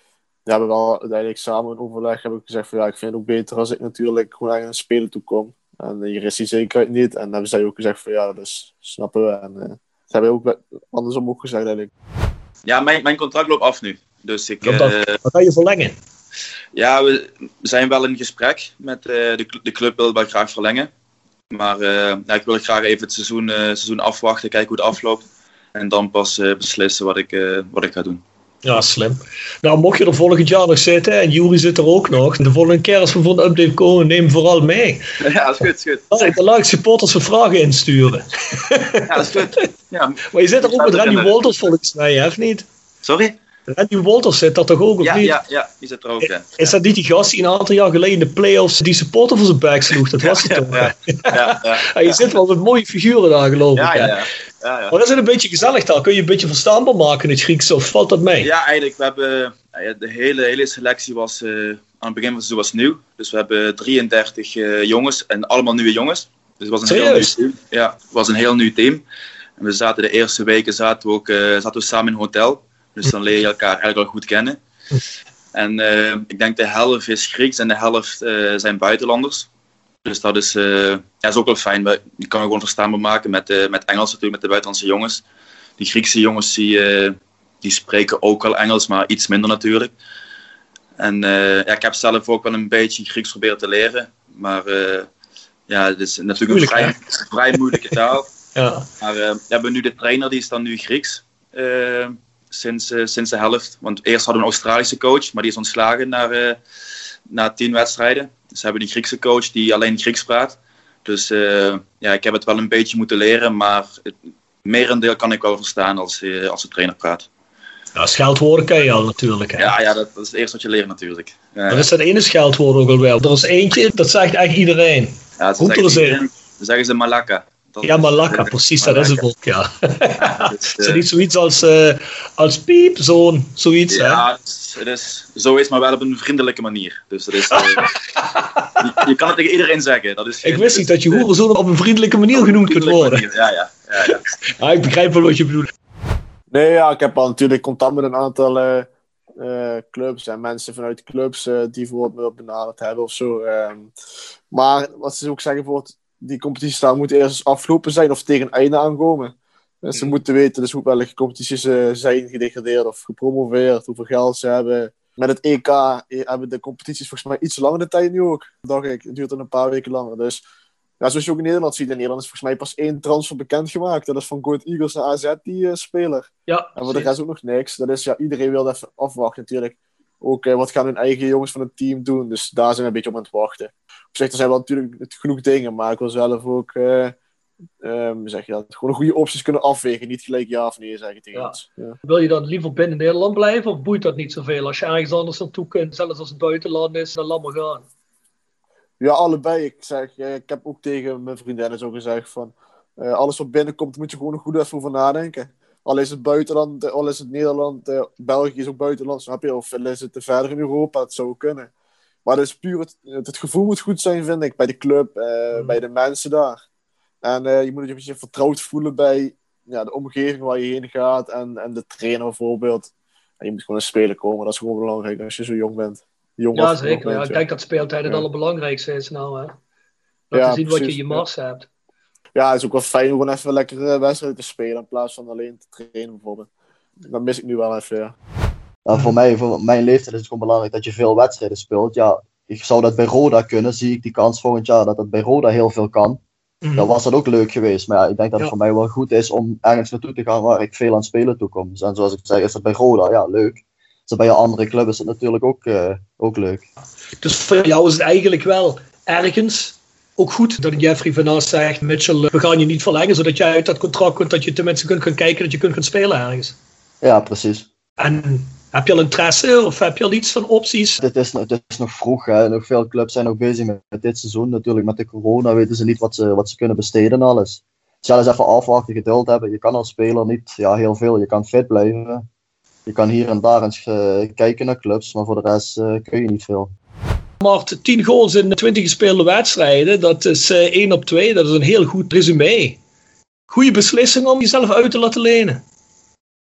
we hebben wel uiteindelijk samen in overleg heb ik gezegd van ja, ik vind het ook beter als ik natuurlijk gewoon eigenlijk naar spelen toe kom. En hier is die zekerheid niet. En dan hebben zij ook gezegd van ja, dus snappen we. En uh, dat hebben we ook andersom ook gezegd eigenlijk.
Ja, mijn, mijn contract loopt af nu. Dus ik...
Uh, Wat ga je verlengen?
Ja, we zijn wel in gesprek met uh, de, de club wil wel graag verlengen. Maar uh, ja, ik wil graag even het seizoen, uh, seizoen afwachten, kijken hoe het afloopt. En dan pas uh, beslissen wat ik, uh, wat ik ga doen.
Ja, slim. Nou, mocht je er volgend jaar nog zitten, en Jury zit er ook nog, de volgende keer als we voor een update komen, neem hem vooral mee.
Ja, dat is goed, is goed.
Dan laat ik supporters voor vragen insturen.
Ja, dat is goed. Ja,
maar je zit er ook met Randy Walters volgens mij, hè, of niet?
Sorry?
Randy Walters zit daar toch ook, of
ja,
niet?
Ja, ja, die zit er ook, ja.
Is dat niet die gast die een aantal jaar geleden in de play-offs die supporter voor zijn bek sloeg? Dat was het toch?
Ja, ja, ja.
Ja, je zit wel met mooie figuren daar, geloof ik.
Ja, ja, ja. Ja, ja.
Maar is het een beetje gezellig daar? Kun je een beetje verstaanbaar maken in het Grieks, of valt dat mee?
Ja, eigenlijk, we hebben, de hele, hele selectie was uh, aan het begin van het seizoen was nieuw. Dus we hebben drieëndertig uh, jongens en allemaal nieuwe jongens. Dus het was een heel nieuw team. Ja, het was een heel nieuw team. En we zaten de eerste weken zaten we ook uh, zaten we samen in een hotel. Dus dan leer je elkaar eigenlijk al goed kennen. En uh, ik denk de helft is Grieks en de helft uh, zijn buitenlanders. Dus dat is, uh, ja, is ook wel fijn. We, je kan gewoon verstaanbaar maken met, uh, met Engels natuurlijk, met de buitenlandse jongens. Die Griekse jongens die, uh, die spreken ook wel Engels, maar iets minder natuurlijk. En uh, ja, ik heb zelf ook wel een beetje Grieks proberen te leren. Maar uh, ja, het is natuurlijk moeilijk, een vrij, vrij moeilijke taal. Ja. Maar uh, we hebben nu de trainer, die is dan nu Grieks. Uh, sinds, uh, sinds de helft. Want eerst hadden we een Australische coach, maar die is ontslagen na, uh, na tien wedstrijden. Dus we hebben die Griekse coach die alleen Grieks praat. Dus uh, ja, ik heb het wel een beetje moeten leren, maar het merendeel kan ik wel verstaan als, uh, als de trainer praat.
Ja, scheldwoorden ken je al natuurlijk. Hè?
Ja, ja dat, dat is het eerste wat je leert natuurlijk. Ja,
dat is dat ene scheldwoord ook al wel. Er is eentje, dat zegt eigenlijk iedereen.
Ja, dat zegt iedereen. Dan zeggen ze malaka. Dat
ja, malaka, is, precies, malaka. Dat is het ook, ja. ja dus, uh, is het niet zoiets als, uh, als piep, zo'n, zoiets,
ja,
hè?
Het is, het is, zo is, maar wel op een vriendelijke manier. Dus dat is, uh, je, je kan het tegen iedereen zeggen. Dat is geen,
ik wist niet dat je hoerenzoon op een vriendelijke manier genoemd kunt worden.
Manier. Ja, ja, ja, ja.
ja, ik begrijp wel wat je bedoelt.
Nee, ja, ik heb al natuurlijk contact met een aantal uh, uh, clubs en mensen vanuit clubs uh, die voor me benaderd hebben of zo. Um, maar wat ze ook zeggen, voor die competities daar moeten eerst afgelopen zijn of tegen een einde aankomen. Dus ze mm. moeten weten dus hoe welke competities uh, zijn gedegradeerd of gepromoveerd, hoeveel geld ze hebben. Met het E K hebben de competities volgens mij iets langer de tijd nu ook. Dacht ik, het duurt dan een paar weken langer. Dus ja, zoals je ook in Nederland ziet, in Nederland is volgens mij pas één transfer bekendgemaakt. Dat is van Go Ahead Eagles naar A Z, die uh, speler.
Ja,
en voor de rest ook nog niks. Dat is, ja, iedereen wil even afwachten natuurlijk. Ook uh, wat gaan hun eigen jongens van het team doen. Dus daar zijn we een beetje op aan het wachten. Op zich, er zijn wel natuurlijk genoeg dingen, maar ik wil zelf ook uh, um, zeg je dat, gewoon goede opties kunnen afwegen. Niet gelijk ja of nee zeggen tegen
ja.
ons. Ja.
Wil je dan liever binnen Nederland blijven of boeit dat niet zoveel? Als je ergens anders naartoe kunt, zelfs als het buitenland is, dan laat maar gaan.
Ja, allebei. Ik, zeg, ik heb ook tegen mijn vriendinnen zo gezegd van uh, alles wat binnenkomt, moet je gewoon goed even over nadenken. Al is het buitenland, al is het Nederland, uh, België is ook buitenland, snap je? Of is het verder in Europa, het zou kunnen. Maar dus puur het, het gevoel moet goed zijn, vind ik, bij de club, uh, mm. bij de mensen daar. En uh, je moet je een beetje vertrouwd voelen bij ja, de omgeving waar je heen gaat en, en de trainer bijvoorbeeld. En je moet gewoon een speler komen, dat is gewoon belangrijk als je zo jong bent. Jong
ja, zeker. Bent, ja. Ik denk dat speeltijd het ja. allerbelangrijkste is nou, hè. Dat ja, te zien precies, wat je in je mars ja. hebt.
Ja, het is ook wel fijn om gewoon even lekker uh, wedstrijden te spelen in plaats van alleen te trainen bijvoorbeeld. Dat mis ik nu wel even, ja.
Nou, voor mij, voor mijn leeftijd is het gewoon belangrijk dat je veel wedstrijden speelt. Ja, ik zou dat bij Roda kunnen. Zie ik die kans volgend jaar dat dat bij Roda heel veel kan. Mm-hmm. Dan was dat ook leuk geweest. Maar ja, ik denk dat het ja. voor mij wel goed is om ergens naartoe te gaan waar ik veel aan spelen toe kom. Dus en zoals ik zeg, is dat bij Roda, ja, leuk. Dus bij een andere club is het natuurlijk ook, uh, ook leuk.
Dus voor jou is het eigenlijk wel ergens ook goed dat Jeffrey van As zegt, Mitchell, we gaan je niet verlengen, zodat jij uit dat contract kunt, dat je tenminste kunt gaan kijken, dat je kunt gaan spelen ergens.
Ja, precies.
En heb je al interesse of heb je al iets van opties?
Het is, het is nog vroeg, hè. Nog veel clubs zijn nog bezig met, met dit seizoen. Natuurlijk met de corona weten ze niet wat ze, wat ze kunnen besteden en alles. Zelfs even afwachten, geduld hebben. Je kan als speler niet ja, heel veel, je kan fit blijven. Je kan hier en daar eens uh, kijken naar clubs, maar voor de rest uh, kun je niet veel.
Maar tien goals in twintig gespeelde wedstrijden, dat is uh, één op twee, dat is een heel goed resume. Goeie beslissing om jezelf uit te laten lenen.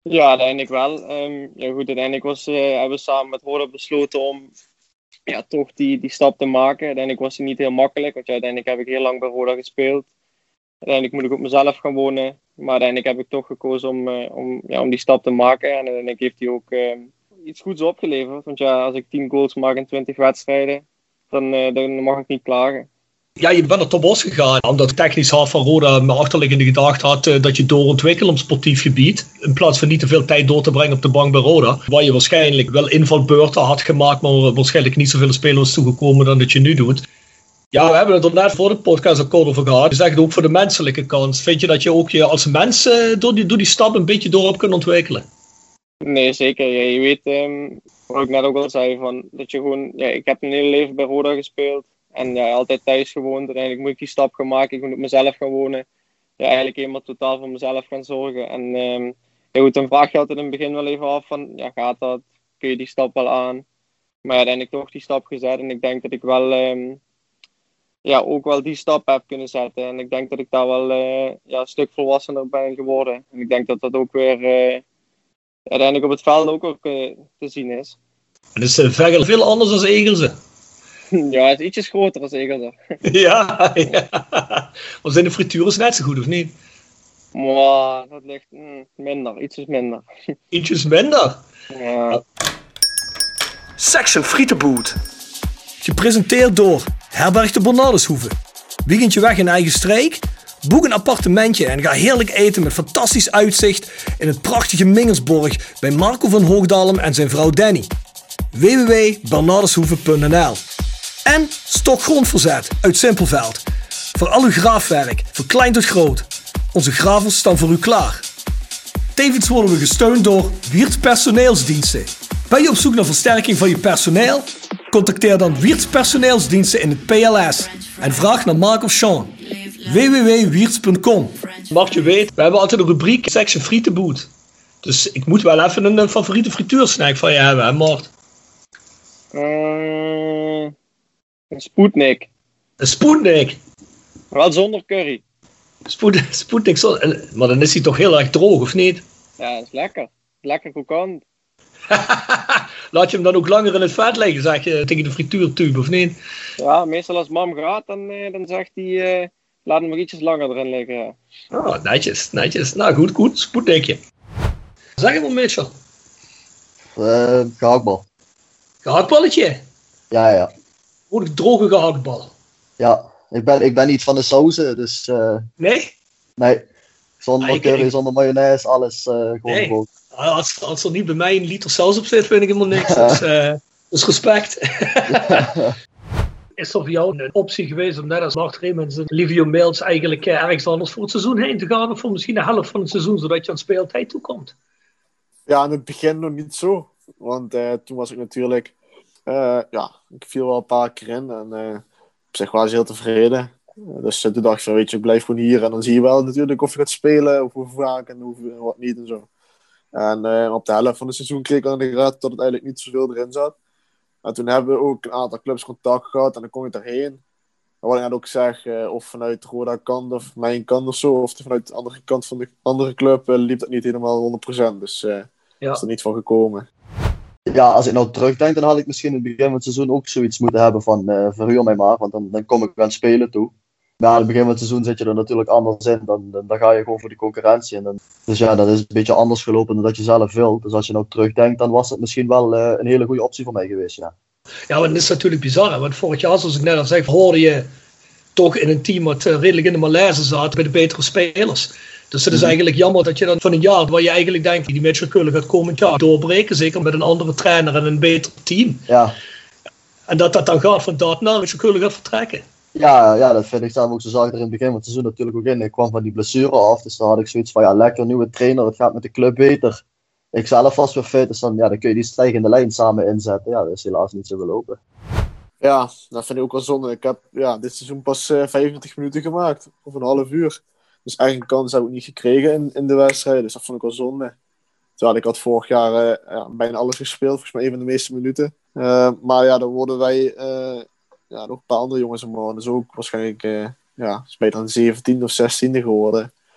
Ja, uiteindelijk wel. Um, ja, goed, uiteindelijk was, uh, hebben we samen met Roda besloten om ja, toch die, die stap te maken. Uiteindelijk was die niet heel makkelijk, want ja, uiteindelijk heb ik heel lang bij Roda gespeeld. Uiteindelijk moet ik op mezelf gaan wonen. Maar uiteindelijk heb ik toch gekozen om, uh, om, ja, om die stap te maken. En uiteindelijk heeft hij ook uh, iets goeds opgeleverd. Want ja, als ik tien goals maak in twintig wedstrijden, dan, uh, dan mag ik niet klagen.
Ja, je bent er tot bos gegaan, omdat het technisch hart van Roda me achterliggende gedachte had uh, dat je doorontwikkelt op sportief gebied. In plaats van niet te veel tijd door te brengen op de bank bij Roda. Waar je waarschijnlijk wel invalbeurten had gemaakt, maar waarschijnlijk niet zoveel spelers toegekomen dan dat je nu doet. Ja, we hebben het er net voor de podcast ook kort over gehad. Dus echt ook voor de menselijke kant. Vind je dat je ook je als mens uh, door, die, door die stap een beetje door hebt kunnen ontwikkelen?
Nee, zeker. Ja, je weet, um, wat ik net ook al zei, van, dat je gewoon... Ja, ik heb mijn hele leven bij Roda gespeeld. En ja, altijd thuis gewoond. Uiteindelijk moet ik die stap gaan maken. Ik moet op mezelf gaan wonen. Ja, eigenlijk helemaal totaal voor mezelf gaan zorgen. En um, ja, goed, dan vraag je altijd in het begin wel even af van... Ja, gaat dat? Kun je die stap wel aan? Maar ja, uiteindelijk toch die stap gezet. En ik denk dat ik wel... Um, ja, ook wel die stap heb kunnen zetten. En ik denk dat ik daar wel uh, ja, een stuk volwassener ben geworden. En ik denk dat dat ook weer uh, uiteindelijk op het veld ook, ook uh, te zien is.
Het is uh, veel, veel anders dan Egelze.
Ja, het is ietsjes groter dan Egelze.
ja, ja. Maar zijn de frituren net zo goed, of niet?
Maar dat ligt mm, minder, ietsjes minder.
Ietsjes minder?
Ja.
Section Frietenboot. Gepresenteerd door Herberg de Bernardeshoeve. Weekendje weg in eigen streek? Boek een appartementje en ga heerlijk eten met fantastisch uitzicht in het prachtige Mingersborg bij Marco van Hoogdalem en zijn vrouw Danny. w w w punt bernardeshoeve punt n l En Stok Grondverzet uit Simpelveld. Voor al uw graafwerk, van klein tot groot. Onze gravels staan voor u klaar. Tevens worden we gesteund door Wiertz Personeelsdiensten. Ben je op zoek naar versterking van je personeel? Contacteer dan Wiertz Personeelsdiensten in het P L S en vraag naar Mark of Sean. w w w punt wiertz punt com. Mag je weten, we hebben altijd een rubriek Section Frietenboot. Dus ik moet wel even een, een favoriete frituursnack van je hebben, hè Mart?
Uh, een Sputnik.
Een Sputnik?
Wel zonder curry.
Spoed, Sputnik zonder... Maar dan is hij toch heel erg droog, of niet?
Ja, dat is lekker. Lekker krokant.
Laat je hem dan ook langer in het vet liggen, zeg je, tegen de frituurtube, of niet?
Ja, meestal als mam gaat, dan, dan zegt hij, uh, laat hem nog ietsjes langer erin liggen. Ja.
Oh, netjes, netjes. Nou, goed, goed. Spoednikje. Zeg het maar, Mitchell.
Uh, gehaktbal.
Gehaktballetje?
Ja, ja.
Gewoon een droge gehaktbal.
Ja, ik ben, ik ben niet van de sauzen, dus... Uh,
nee?
Nee. Zonder
ah,
curry,
ik...
zonder mayonaise, alles uh, gewoon
nee.
brood.
Als, als er niet bij mij een liter saus op zit, vind ik helemaal niks. Dus, uh, dus respect. Is er voor jou een optie geweest om net als Mart Remens en Livio Mails eigenlijk uh, ergens anders voor het seizoen heen te gaan? Of voor misschien de helft van het seizoen, zodat je aan speeltijd toekomt?
Ja, in het begin nog niet zo. Want uh, toen was ik natuurlijk... Uh, ja, ik viel wel een paar keer in. En uh, op zich was ik heel tevreden. Uh, dus uh, toen dacht ik van, weet je, ik blijf gewoon hier. En dan zie je wel natuurlijk of je gaat spelen, of hoe vaak en hoe, wat niet en zo. En uh, op de helft van het seizoen kreeg ik aan de raad dat het eigenlijk niet zoveel erin zat. En toen hebben we ook een aantal clubs contact gehad en dan kom je daarheen. En wat ik net ook zeg, uh, of vanuit Roda kant of mijn kant of zo, of vanuit de andere kant van de andere club, uh, liep dat niet helemaal honderd procent. Dus uh, ja. Is er niet van gekomen.
Ja, als ik nou terugdenk, dan had ik misschien in het begin van het seizoen ook zoiets moeten hebben van uh, verhuur mij maar, want dan, dan kom ik aan spelen toe. Maar aan het begin van het seizoen zit je er natuurlijk anders in. Dan, dan, dan ga je gewoon voor die concurrentie. En dan, dus ja, dat is een beetje anders gelopen dan dat je zelf wilt. Dus als je nou terugdenkt, dan was het misschien wel uh, een hele goede optie voor mij geweest. Ja,
ja, maar dat is natuurlijk bizar. Hè? Want vorig jaar, zoals ik net al zei, hoorde je toch in een team wat uh, redelijk in de malaise zat bij de betere spelers. Dus het is eigenlijk jammer dat je dan van een jaar waar je eigenlijk denkt, die Mitchell Keulen gaat komend jaar doorbreken. Zeker met een andere trainer en een beter team.
Ja.
En dat dat dan gaat van dat naar Mitchell Keulen gaat vertrekken.
Ja, ja, dat vind ik zelf ook. Zo zag ik er in het begin van het seizoen natuurlijk ook in. Ik kwam van die blessure af, dus dan had ik zoiets van, ja, lekker, nieuwe trainer, het gaat met de club beter. Ik zelf was weer fit, dus dan, ja, dan kun je die stijgende lijn samen inzetten. Ja, dat is helaas niet zo gelopen.
Ja, dat vind ik ook wel zonde. Ik heb ja, dit seizoen pas uh, vijfentwintig minuten gemaakt, of een half uur. Dus eigen kans heb ik niet gekregen in, in de wedstrijd, dus dat vond ik wel zonde. Terwijl ik had vorig jaar uh, ja, bijna alles gespeeld, volgens mij een van de meeste minuten. Uh, maar ja, dan worden wij... Uh, Ja, nog een paar andere jongens omhoog. Dus ook waarschijnlijk uh, ja, is beter dan zeventiende of zestiende geworden.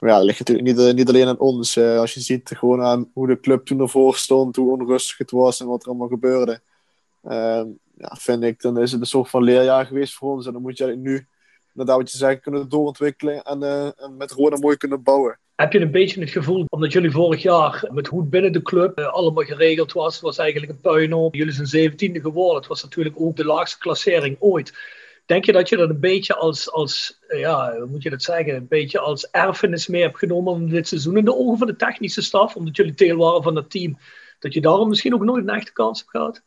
Maar ja, dat ligt natuurlijk niet, uh, niet alleen aan ons. Uh, als je ziet gewoon aan hoe de club toen ervoor stond, hoe onrustig het was en wat er allemaal gebeurde. Uh, ja, vind ik, dan is het een soort van leerjaar geweest voor ons. En dan moet je nu, inderdaad wat je zegt, kunnen doorontwikkelen en, uh, en met Roda mooi kunnen bouwen.
Heb je een beetje het gevoel, omdat jullie vorig jaar met hoe het binnen de club uh, allemaal geregeld was, was eigenlijk een puinhoop. Jullie zijn zeventiende geworden. Het was natuurlijk ook de laagste klassering ooit. Denk je dat je dat een beetje als, als uh, ja, hoe moet je dat zeggen, een beetje als erfenis mee hebt genomen om dit seizoen in de ogen van de technische staf, omdat jullie deel waren van dat team, dat je daarom misschien ook nooit een echte kans hebt gehad?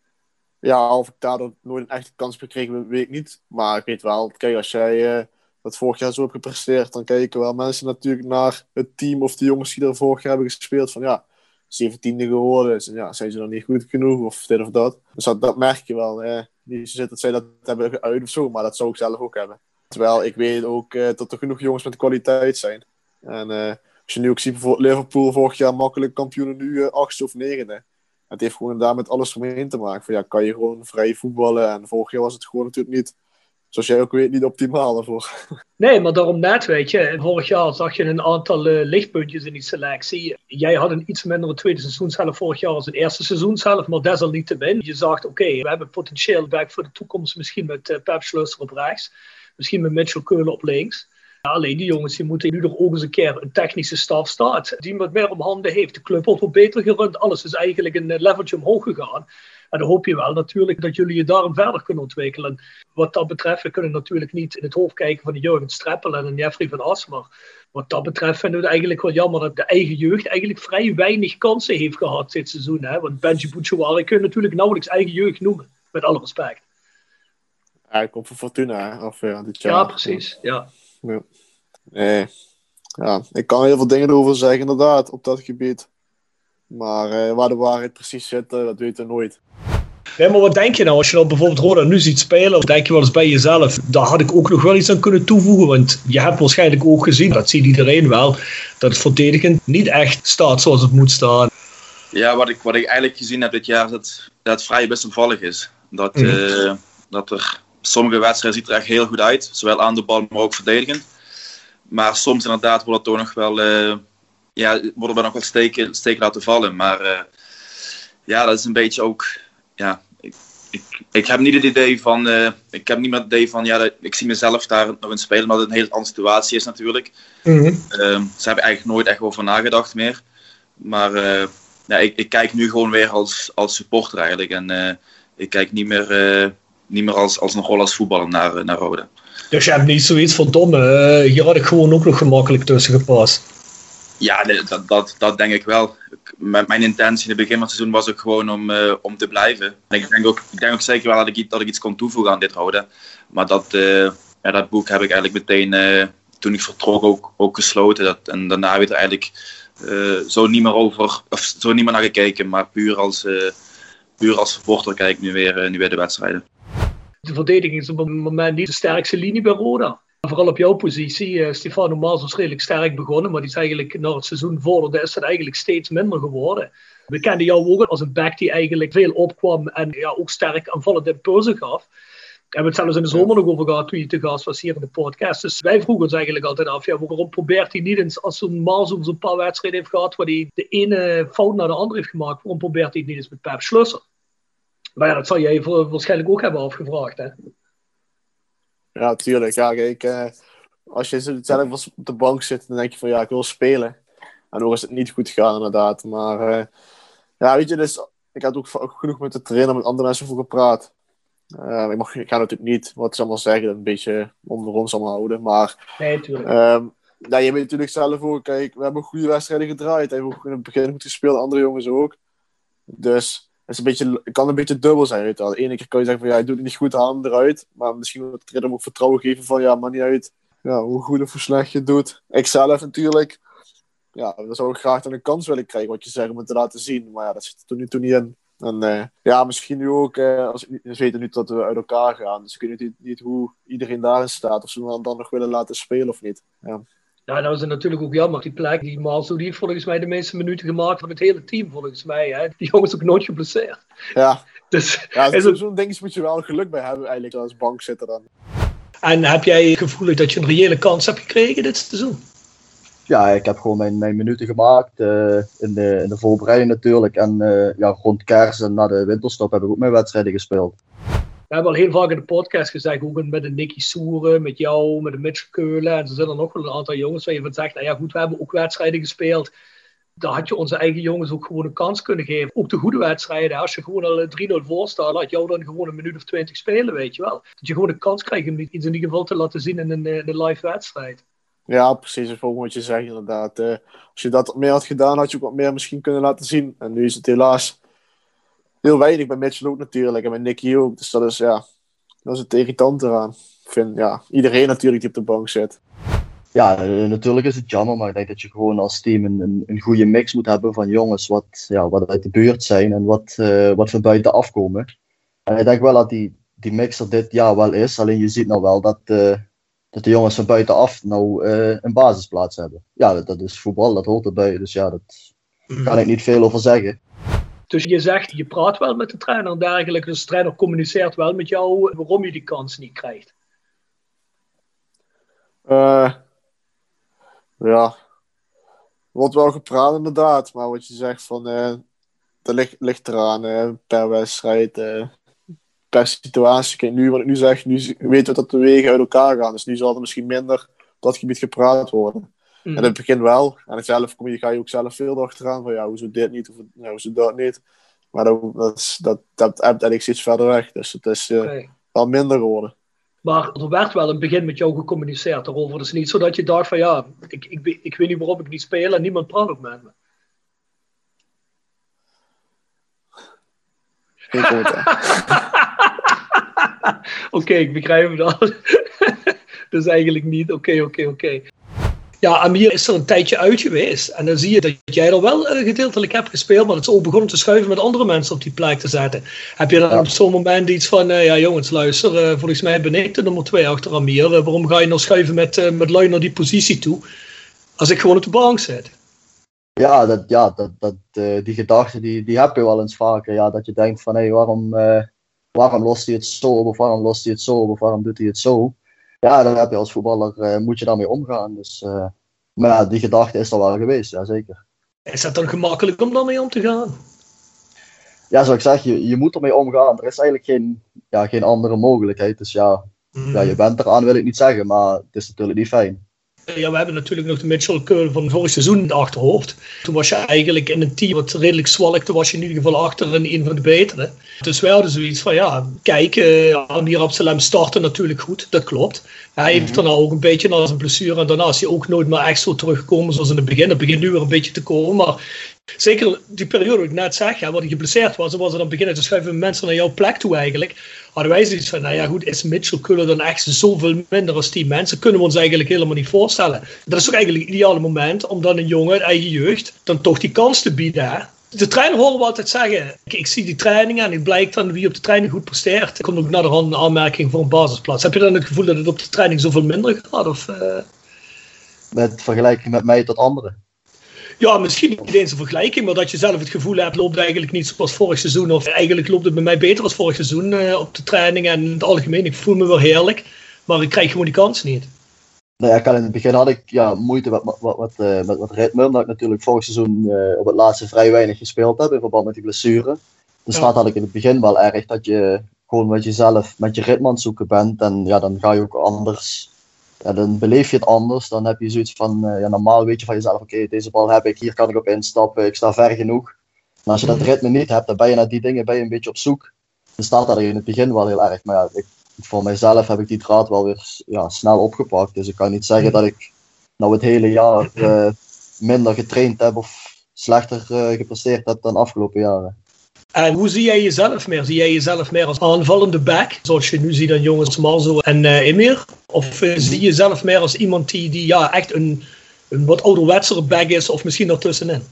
Ja, of ik daardoor nooit een echte kans heb gekregen, weet ik niet. Maar ik weet wel, kijk, als jij uh, dat vorig jaar zo hebt gepresteerd, dan kijken wel mensen natuurlijk naar het team of de jongens die er vorig jaar hebben gespeeld. Van ja, zeventiende geworden, dus, ja, zijn ze dan niet goed genoeg of dit of dat. Dus dat, dat merk je wel. Eh. Niet zozeer dat zij dat hebben geuit of zo, maar dat zou ik zelf ook hebben. Terwijl ik weet ook uh, dat er genoeg jongens met kwaliteit zijn. En uh, als je nu ook ziet, bijvoorbeeld Liverpool vorig jaar makkelijk kampioen, nu uh, achtste of negende. Het heeft gewoon daar met alles omheen te maken. Van, ja, kan je gewoon vrij voetballen. En vorig jaar was het gewoon natuurlijk niet, zoals jij ook weet, niet optimaal daarvoor.
Nee, maar daarom net, weet je. Vorig jaar zag je een aantal uh, lichtpuntjes in die selectie. Jij had een iets mindere tweede seizoenshelft vorig jaar als het eerste seizoenshelft, maar desalniettemin. Je zag, oké, okay, we hebben potentieel back voor de toekomst. Misschien met uh, Pep Schlusser op rechts. Misschien met Mitchell Keulen op links. Ja, alleen die jongens die moeten nu er ook eens een keer een technische staf staat. Die wat meer om handen heeft. De club wordt wat beter gerund. Alles is eigenlijk een leveltje omhoog gegaan. En dan hoop je wel natuurlijk dat jullie je daarom verder kunnen ontwikkelen. Wat dat betreft, we kunnen natuurlijk niet in het hoofd kijken van de Jurgen Streppel en Jeffrey van As. Maar wat dat betreft vinden we het eigenlijk wel jammer dat de eigen jeugd eigenlijk vrij weinig kansen heeft gehad dit seizoen. Hè? Want Benji Bouchouari kun je natuurlijk nauwelijks eigen jeugd noemen. Met alle respect.
Hij komt van Fortuna, hè? Of, ja, dit jaar.
Ja, precies. Ja.
Ja. Nee. Ja, ik kan heel veel dingen erover zeggen, inderdaad, op dat gebied. Maar uh, waar de waarheid precies zit, uh, dat weten we nooit.
Nee, maar wat denk je nou als je nou bijvoorbeeld Roda nu ziet spelen? Of denk je wel eens bij jezelf, daar had ik ook nog wel iets aan kunnen toevoegen? Want je hebt waarschijnlijk ook gezien, dat ziet iedereen wel, dat het verdedigend niet echt staat zoals het moet staan.
Ja, wat ik, wat ik eigenlijk gezien heb dit jaar, is dat, dat het vrij wisselvallig is. Dat, mm. uh, dat er sommige wedstrijden ziet er echt heel goed uit, zowel aan de bal, maar ook verdedigend. Maar soms inderdaad wordt het toch nog wel, uh, ja, worden er nog wel steken, steken laten vallen. Maar uh, ja, dat is een beetje ook, ja, ik, ik, ik heb niet het idee van, uh, ik heb niet meer het idee van, ja, ik zie mezelf daar nog in spelen, omdat het een hele andere situatie is natuurlijk. Mm-hmm. Uh, ze hebben eigenlijk nooit echt over nagedacht meer. Maar uh, ja, ik, ik kijk nu gewoon weer als, als supporter eigenlijk. En uh, ik kijk niet meer, uh, niet meer als, als een rol als voetballer naar, naar Roda.
Dus je hebt niet zoiets van domme, uh, hier had ik gewoon ook nog gemakkelijk tussen gepast.
Ja, dat, dat, dat denk ik wel. Mijn, mijn intentie in het begin van het seizoen was ook gewoon om, uh, om te blijven. En ik denk ook, ik denk ook zeker wel dat ik, dat ik iets kon toevoegen aan dit Roda. Maar dat, uh, ja, dat boek heb ik eigenlijk meteen, uh, toen ik vertrok, ook, ook gesloten. Dat, en daarna weer eigenlijk uh, zo niet meer over, of zo niet meer naar gekeken. Maar puur als, uh, puur als supporter kijk ik nu weer, uh, nu weer de wedstrijden.
De verdediging is op het moment niet de sterkste linie bij Roda. Vooral op jouw positie. Uh, Stefano Maas was redelijk sterk begonnen, maar die is eigenlijk na het seizoen vorderde is het eigenlijk steeds minder geworden. We kenden jou ook als een back die eigenlijk veel opkwam en ja, ook sterk aanvallende impulsen gaf. We hebben het zelfs in de zomer nog over gehad toen je te gast was hier in de podcast. Dus wij vroegen ons eigenlijk altijd af, ja, waarom probeert hij niet eens, als zo'n Maas zo'n paar wedstrijden heeft gehad waar hij de ene fout naar de andere heeft gemaakt, waarom probeert hij het niet eens met Pep Schlusser? Maar ja, dat zal jij waarschijnlijk ook hebben afgevraagd, hè?
Ja, tuurlijk. Ja, kijk, uh, als je zelf op de bank zit, dan denk je van ja, ik wil spelen. En dan is het niet goed gegaan, inderdaad. Maar uh, ja, weet je, dus, ik had ook, ook genoeg met de trainer, met andere mensen voor gepraat. Uh, ik, mag, ik ga natuurlijk niet wat ze allemaal zeggen, een beetje onder ons allemaal houden. Maar
nee, tuurlijk.
Um, ja, je weet natuurlijk zelf ook, kijk, we hebben goede wedstrijden gedraaid. We hebben ook in het begin goed gespeeld, andere jongens ook. Dus het, is een beetje, het kan een beetje dubbel zijn. Weet je wel. De ene keer kan je zeggen van ja, je doet het niet goed, haal hem eruit. Maar misschien moet de trainer ook vertrouwen geven van ja, maakt niet uit ja, hoe goed of hoe slecht je het doet. Ik zelf natuurlijk, ja, dan zou ik graag dan een kans willen krijgen, wat je zegt, om het te laten zien. Maar ja, dat zit er tot nu toe niet in. En uh, ja, misschien nu ook, uh, als ik niet weten nu dat we uit elkaar gaan. Dus ik weet niet, niet hoe iedereen daarin staat. Of ze hem dan nog willen laten spelen of niet. Ja.
Ja, nou is het natuurlijk ook jammer. Die plek, die Malzo, die heeft volgens mij de meeste minuten gemaakt van het hele team, volgens mij. Hè? Die jongen is ook nooit geblesseerd.
Ja,
dus,
ja
is
zo'n
het...
ding moet je wel geluk bij hebben eigenlijk, als bankzitter dan.
En heb jij het gevoel dat je een reële kans hebt gekregen dit seizoen?
Ja, ik heb gewoon mijn, mijn minuten gemaakt. Uh, in, de, in de voorbereiding natuurlijk. En uh, ja, rond kerst en na de winterstop heb ik ook mijn wedstrijden gespeeld.
We hebben al heel vaak in de podcast gezegd, ook met de Nicky Soeren, met jou, met de Mitchell Keulen. En er zijn er nog wel een aantal jongens waar je van zegt, nou ja goed, we hebben ook wedstrijden gespeeld. Daar had je onze eigen jongens ook gewoon een kans kunnen geven. Ook de goede wedstrijden, als je gewoon al drie nul voor staat, laat jou dan gewoon een minuut of twintig spelen, weet je wel. Dat je gewoon een kans krijgt om iets in ieder geval te laten zien in een, in een live wedstrijd.
Ja, precies. Dat is ook wat je zegt inderdaad. Uh, als je dat meer had gedaan, had je ook wat meer misschien kunnen laten zien. En nu is het helaas heel weinig. Bij Mitchell ook natuurlijk en bij Nicky ook. Dus dat is, ja, dat is het irritant eraan. Ik vind, ja, iedereen natuurlijk die op de bank zit.
Ja, natuurlijk is het jammer, maar ik denk dat je gewoon als team een, een, een goede mix moet hebben van jongens wat, ja, wat uit de buurt zijn en wat, uh, wat van buiten afkomen. En ik denk wel dat die, die mix er dit jaar wel is, alleen je ziet nou wel dat, uh, dat de jongens van buitenaf nou uh, een basisplaats hebben. Ja, dat, dat is voetbal, dat hoort erbij, dus ja, daar kan ik niet veel over zeggen.
Dus je zegt, je praat wel met de trainer en dergelijke, dus de trainer communiceert wel met jou waarom je die kans niet krijgt.
Uh, ja, wordt wel gepraat inderdaad, maar wat je zegt van, uh, dat ligt, ligt eraan uh, per wedstrijd, uh, per situatie. Kijk, nu wat ik nu zeg, nu weten we dat de wegen uit elkaar gaan, dus nu zal er misschien minder op dat gebied gepraat worden. Mm. En in het begin wel, en zelf kom je, ga je ook zelf veel achteraan van, ja, hoezo dit niet, of ja, hoezo dat niet. Maar dat, dat, is, dat, dat hebt eigenlijk steeds verder weg, dus het is uh, okay. wel minder geworden.
Maar er werd wel in het begin met jou gecommuniceerd daarover. Het is niet zo dat je dacht van ja, ik, ik, ik weet niet waarom ik niet speel en niemand praat ook met me.
Geen commentaar.
Oké, okay, ik begrijp het al. Dus eigenlijk niet. Oké, okay, oké, okay, oké. Okay. Ja, Amir is er een tijdje uit geweest. En dan zie je dat jij er wel uh, gedeeltelijk hebt gespeeld. Maar het is ook begonnen te schuiven met andere mensen op die plek te zetten. Heb je dan ja. op zo'n moment iets van... Uh, ja jongens, luister. Uh, volgens mij ben ik de nummer twee achter Amir. Uh, waarom ga je nou schuiven met, uh, met lui naar die positie toe? Als ik gewoon op de bank zit.
Ja, dat, ja dat, dat, uh, die gedachten die, die heb je wel eens vaker. Ja, dat je denkt van... Hé, hey, waarom, uh, waarom lost hij het zo op? Of waarom lost hij het zo op? Of waarom doet hij het zo? Ja, daar heb je als voetballer, uh, moet je daarmee omgaan. Dus, uh, maar ja, die gedachte is er wel geweest, ja zeker.
Is dat dan gemakkelijk om daarmee om te gaan?
Ja, zoals ik zeg, je, je moet ermee omgaan. Er is eigenlijk geen, ja, geen andere mogelijkheid. Dus ja, mm. ja, je bent eraan, wil ik niet zeggen, maar het is natuurlijk niet fijn.
Ja, we hebben natuurlijk nog de Mitchell Keulen van vorig seizoen in het achterhoofd. Toen was je eigenlijk in een team wat redelijk zwalkte, was je in ieder geval achter in een van de betere. Dus wij hadden zoiets van, ja, kijk, uh, Amir Absalem startte natuurlijk goed, dat klopt. Hij heeft daarna ook een beetje na zijn blessure en daarna is hij ook nooit meer echt zo teruggekomen zoals in het begin. Het begint nu weer een beetje te komen, maar zeker die periode wat ik net zeg, ja, waar hij geblesseerd was, en was er dan beginnen te schuiven mensen naar jouw plek toe eigenlijk. Hadden wij zoiets van, nou ja goed, is Mitchell Keulen dan echt zoveel minder als die mensen? Kunnen we ons eigenlijk helemaal niet voorstellen. Dat is ook eigenlijk het ideale moment om dan een jongen uit eigen jeugd dan toch die kans te bieden. Hè? De trainer horen we altijd zeggen, ik, ik zie die trainingen en het blijkt dan wie op de training goed presteert. Er komt ook naar de hand een aanmerking voor een basisplaats. Heb je dan het gevoel dat het op de training zoveel minder gaat? Of, uh...
Met vergelijking met mij tot anderen?
Ja, misschien niet eens een vergelijking, maar dat je zelf het gevoel hebt, loopt eigenlijk niet zoals vorig seizoen. Of eigenlijk loopt het bij mij beter als vorig seizoen uh, op de training. En in het algemeen, ik voel me wel heerlijk, maar ik krijg gewoon die kans niet.
Nou ja, ik had in het begin had ik ja, moeite met wat, wat, wat, uh, met wat ritme, omdat ik natuurlijk vorig seizoen uh, op het laatste vrij weinig gespeeld heb in verband met die blessure. Dus ja. dat had ik in het begin wel erg, dat je gewoon met jezelf, met je ritme aan het zoeken bent. En ja, dan ga je ook anders... Ja, dan beleef je het anders. Dan heb je zoiets van, uh, ja, normaal weet je van jezelf, oké, okay, deze bal heb ik, hier kan ik op instappen, ik sta ver genoeg. En als je dat ritme niet hebt, dan ben je naar die dingen ben je een beetje op zoek. Dan staat dat er in het begin wel heel erg. Maar ja, ik, voor mijzelf heb ik die draad wel weer ja, snel opgepakt. Dus ik kan niet zeggen dat ik nou het hele jaar uh, minder getraind heb of slechter uh, gepresteerd heb dan de afgelopen jaren.
En hoe zie jij jezelf meer? Zie jij jezelf meer als aanvallende back, zoals je nu ziet aan jongens als Marzo en uh, Emir? Of uh, zie je jezelf meer als iemand die, die ja, echt een, een wat ouderwetsere back is, of misschien ertussenin?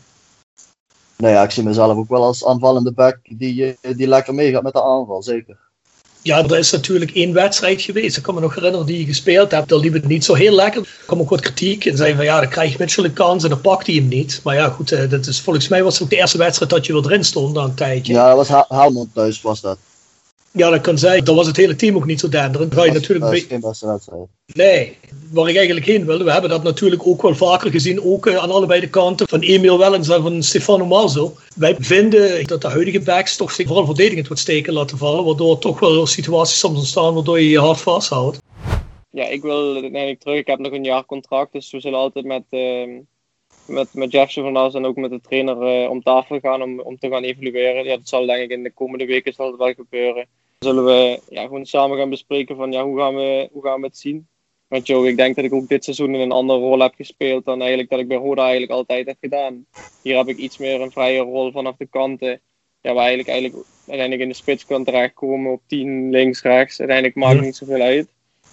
Nou ja, ik zie mezelf ook wel als aanvallende back die, die lekker meegaat met de aanval, zeker.
Ja, er is natuurlijk één wedstrijd geweest. Ik kan me nog herinneren die je gespeeld hebt. Daar liep het niet zo heel lekker. Er kwam ook wat kritiek en zei van ja, dan krijgt Mitchell een kans en dan pakt hij hem niet. Maar ja, goed, dat is, volgens mij was het ook de eerste wedstrijd dat je weer erin stond na een tijdje.
Ja, dat was ha- Helmond thuis was dat.
Ja, dat kan zijn. Dan was het hele team ook niet zo denderend. Dan ga je natuurlijk...
Dat is geen beste wedstrijd.
Nee, waar ik eigenlijk heen wilde, we hebben dat natuurlijk ook wel vaker gezien, ook uh, aan allebei de kanten, van Emiel Wellens en van Stefano Marzo. Wij vinden dat de huidige backs toch zich vooral verdedigend wat steken laten vallen, waardoor toch wel situaties soms ontstaan waardoor je je hard vasthoudt.
Ja, ik wil uiteindelijk terug. Ik heb nog een jaar contract, dus we zullen altijd met, uh, met, met Jeff Journaals en ook met de trainer uh, om tafel gaan om, om te gaan evalueren. Ja, dat zal denk ik in de komende weken zal het wel gebeuren. Dan zullen we ja, gewoon samen gaan bespreken van ja, hoe gaan we, hoe gaan we het zien. Want Joe, ik denk dat ik ook dit seizoen in een andere rol heb gespeeld dan eigenlijk dat ik bij Roda eigenlijk altijd heb gedaan. Hier heb ik iets meer een vrije rol vanaf de kanten. Ja, waar eigenlijk, eigenlijk uiteindelijk in de spits kan terechtkomen op tien, links, rechts. Uiteindelijk maakt het niet zoveel uit.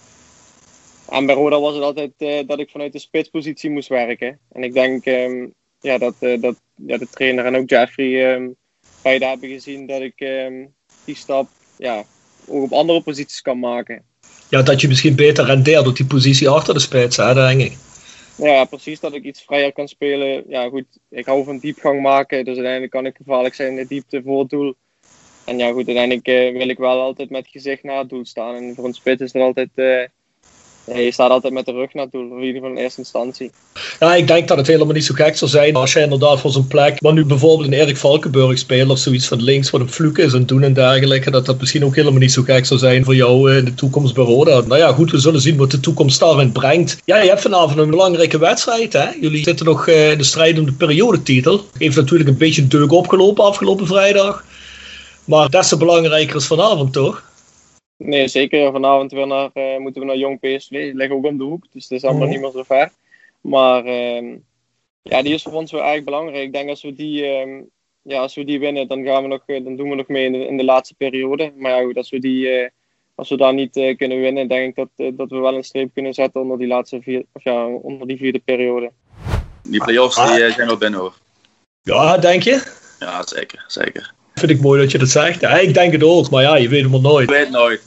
En bij Roda was het altijd uh, dat ik vanuit de spitspositie moest werken. En ik denk um, ja, dat, uh, dat ja, de trainer en ook Jeffrey um, beide hebben gezien dat ik um, die stap ja, ook op andere posities kan maken.
Ja, dat je misschien beter rendeert op die positie achter de spits, hè, denk ik.
Ja, precies, dat ik iets vrijer kan spelen. Ja goed, ik hou van diepgang maken, dus uiteindelijk kan ik gevaarlijk zijn in de diepte voor het doel. En ja goed, uiteindelijk uh, wil ik wel altijd met gezicht naar het doel staan. En voor een spits is er altijd... Uh, Ja, je staat altijd met de rug naar het doel, in ieder geval in eerste instantie.
Ja, ik denk dat het helemaal niet zo gek zou zijn als je inderdaad voor zo'n plek, waar nu bijvoorbeeld een Erik Valkenburg speelt of zoiets van links wat een Fluke is en doen en dergelijke, dat dat misschien ook helemaal niet zo gek zou zijn voor jou in de toekomst bij Roda. Nou ja, goed, we zullen zien wat de toekomst daarin brengt. Ja, je hebt vanavond een belangrijke wedstrijd, hè? Jullie zitten nog uh, in de strijd om de periodetitel. Heeft natuurlijk een beetje een deuk opgelopen afgelopen vrijdag. Maar des te belangrijker is vanavond, toch?
Nee, zeker. Vanavond weer naar, uh, moeten we naar Jong P S V. Die liggen ook om de hoek, dus het is allemaal oh. niet meer zo ver. Maar uh, ja, die is voor ons wel erg belangrijk. Ik denk als we die, uh, ja, als we die winnen, dan, gaan we nog, uh, dan doen we nog mee in de, in de laatste periode. Maar ja, goed, als we, die, uh, als we daar niet uh, kunnen winnen, denk ik dat, uh, dat we wel een streep kunnen zetten onder die laatste vier, of ja, onder die vierde periode.
Die play-offs die, uh, zijn wel binnen, hoor.
Ja, denk je?
Ja, zeker, zeker.
Vind ik mooi dat je dat zegt. Ja, ik denk het ook, maar ja, je weet het maar nooit.
Je weet nooit.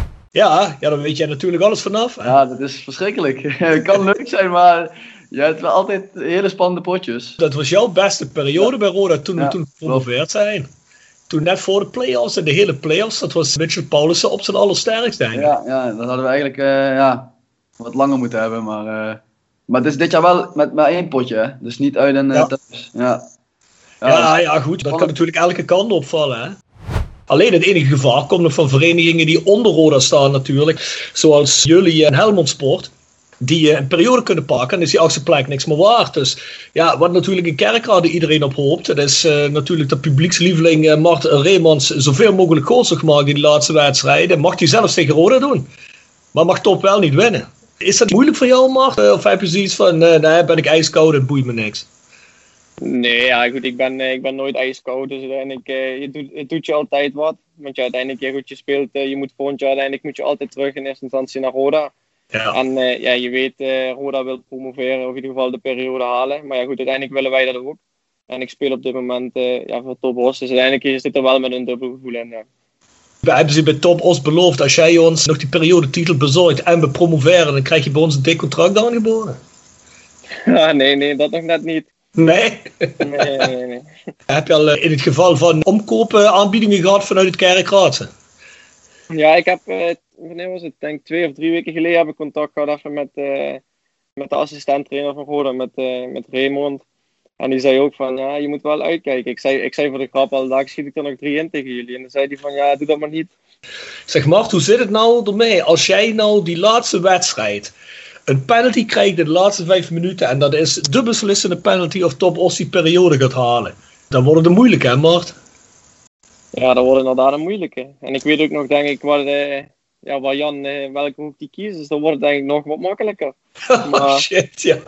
Ja, ja, dan weet jij natuurlijk alles vanaf. Hè?
Ja, dat is verschrikkelijk. Het kan leuk zijn, maar je hebt wel altijd hele spannende potjes.
Dat was jouw beste periode ja. bij Roda toen we ja, toen gepromoveerd zijn. Toen net voor de play-offs en de hele play-offs, dat was Mitchell Paulussen op zijn allersterkst, denk ik.
Ja, ja, dat hadden we eigenlijk uh, ja, wat langer moeten hebben. Maar, uh, maar het is dit jaar wel met maar één potje, hè? Dus niet uit en uh, ja. thuis. Ja.
Ja, ja, ja, goed. Dat kan natuurlijk elke kant opvallen. Hè? Alleen het enige gevaar komt nog van verenigingen die onder Roda staan natuurlijk. Zoals jullie en Helmond Sport. Die een periode kunnen pakken en is die achtste plek niks meer waard. Dus ja, wat natuurlijk in Kerkrade iedereen op hoopt. Dat is uh, natuurlijk de publiekslieveling uh, Mart Reemans zoveel mogelijk goals nog maakt in die laatste wedstrijden. Mag hij zelfs tegen Roda doen. Maar mag Top wel niet winnen. Is dat moeilijk voor jou, Mart? Uh, of heb je zoiets van, uh, nee, ben ik ijskoud en boeit me niks?
Nee, ja goed, ik ben, ik ben nooit ijskoud, dus uiteindelijk, uh, je doet, het doet je altijd wat. Want ja, uiteindelijk, ja, goed, je speelt, uh, je moet volgend jaar, uiteindelijk moet je altijd terug in eerste instantie naar Roda. Ja. En uh, ja, je weet, uh, Roda wil promoveren, of in ieder geval de periode halen. Maar ja goed, uiteindelijk willen wij dat ook. En ik speel op dit moment uh, ja, voor Top Os, dus uiteindelijk zit er wel met een dubbel gevoel in. Ja.
Hebben ze bij Top Os beloofd, als jij ons nog die periodetitel bezorgt en we promoveren, dan krijg je bij ons een dik contract aangeboden?
Ja, nee, nee, dat nog net niet.
Nee?
Nee, nee, nee.
Heb je al in het geval van omkopen aanbiedingen gehad vanuit het Kerkraadse?
Ja, ik heb, uh, wanneer was het? Ik denk twee of drie weken geleden heb ik contact gehad even met, uh, met de assistent-trainer van Roda, met, uh, met Raymond. En die zei ook van, ja, je moet wel uitkijken. Ik zei, ik zei voor de grap al, daar schiet ik er nog drie in tegen jullie. En dan zei hij van, ja, doe dat maar niet.
Zeg Mart, hoe zit het nou ermee? Als jij nou die laatste wedstrijd een penalty krijgt in de laatste vijf minuten en dat is de beslissende penalty of Top Os die periode gaat halen. Dan wordt het een moeilijke, hè Mart?
Ja, dat wordt inderdaad een moeilijke. En ik weet ook nog, denk ik, waar, de, ja, waar Jan, uh, welke hoek die kiest. Dus dan wordt het denk ik nog wat makkelijker.
Oh maar, shit, ja.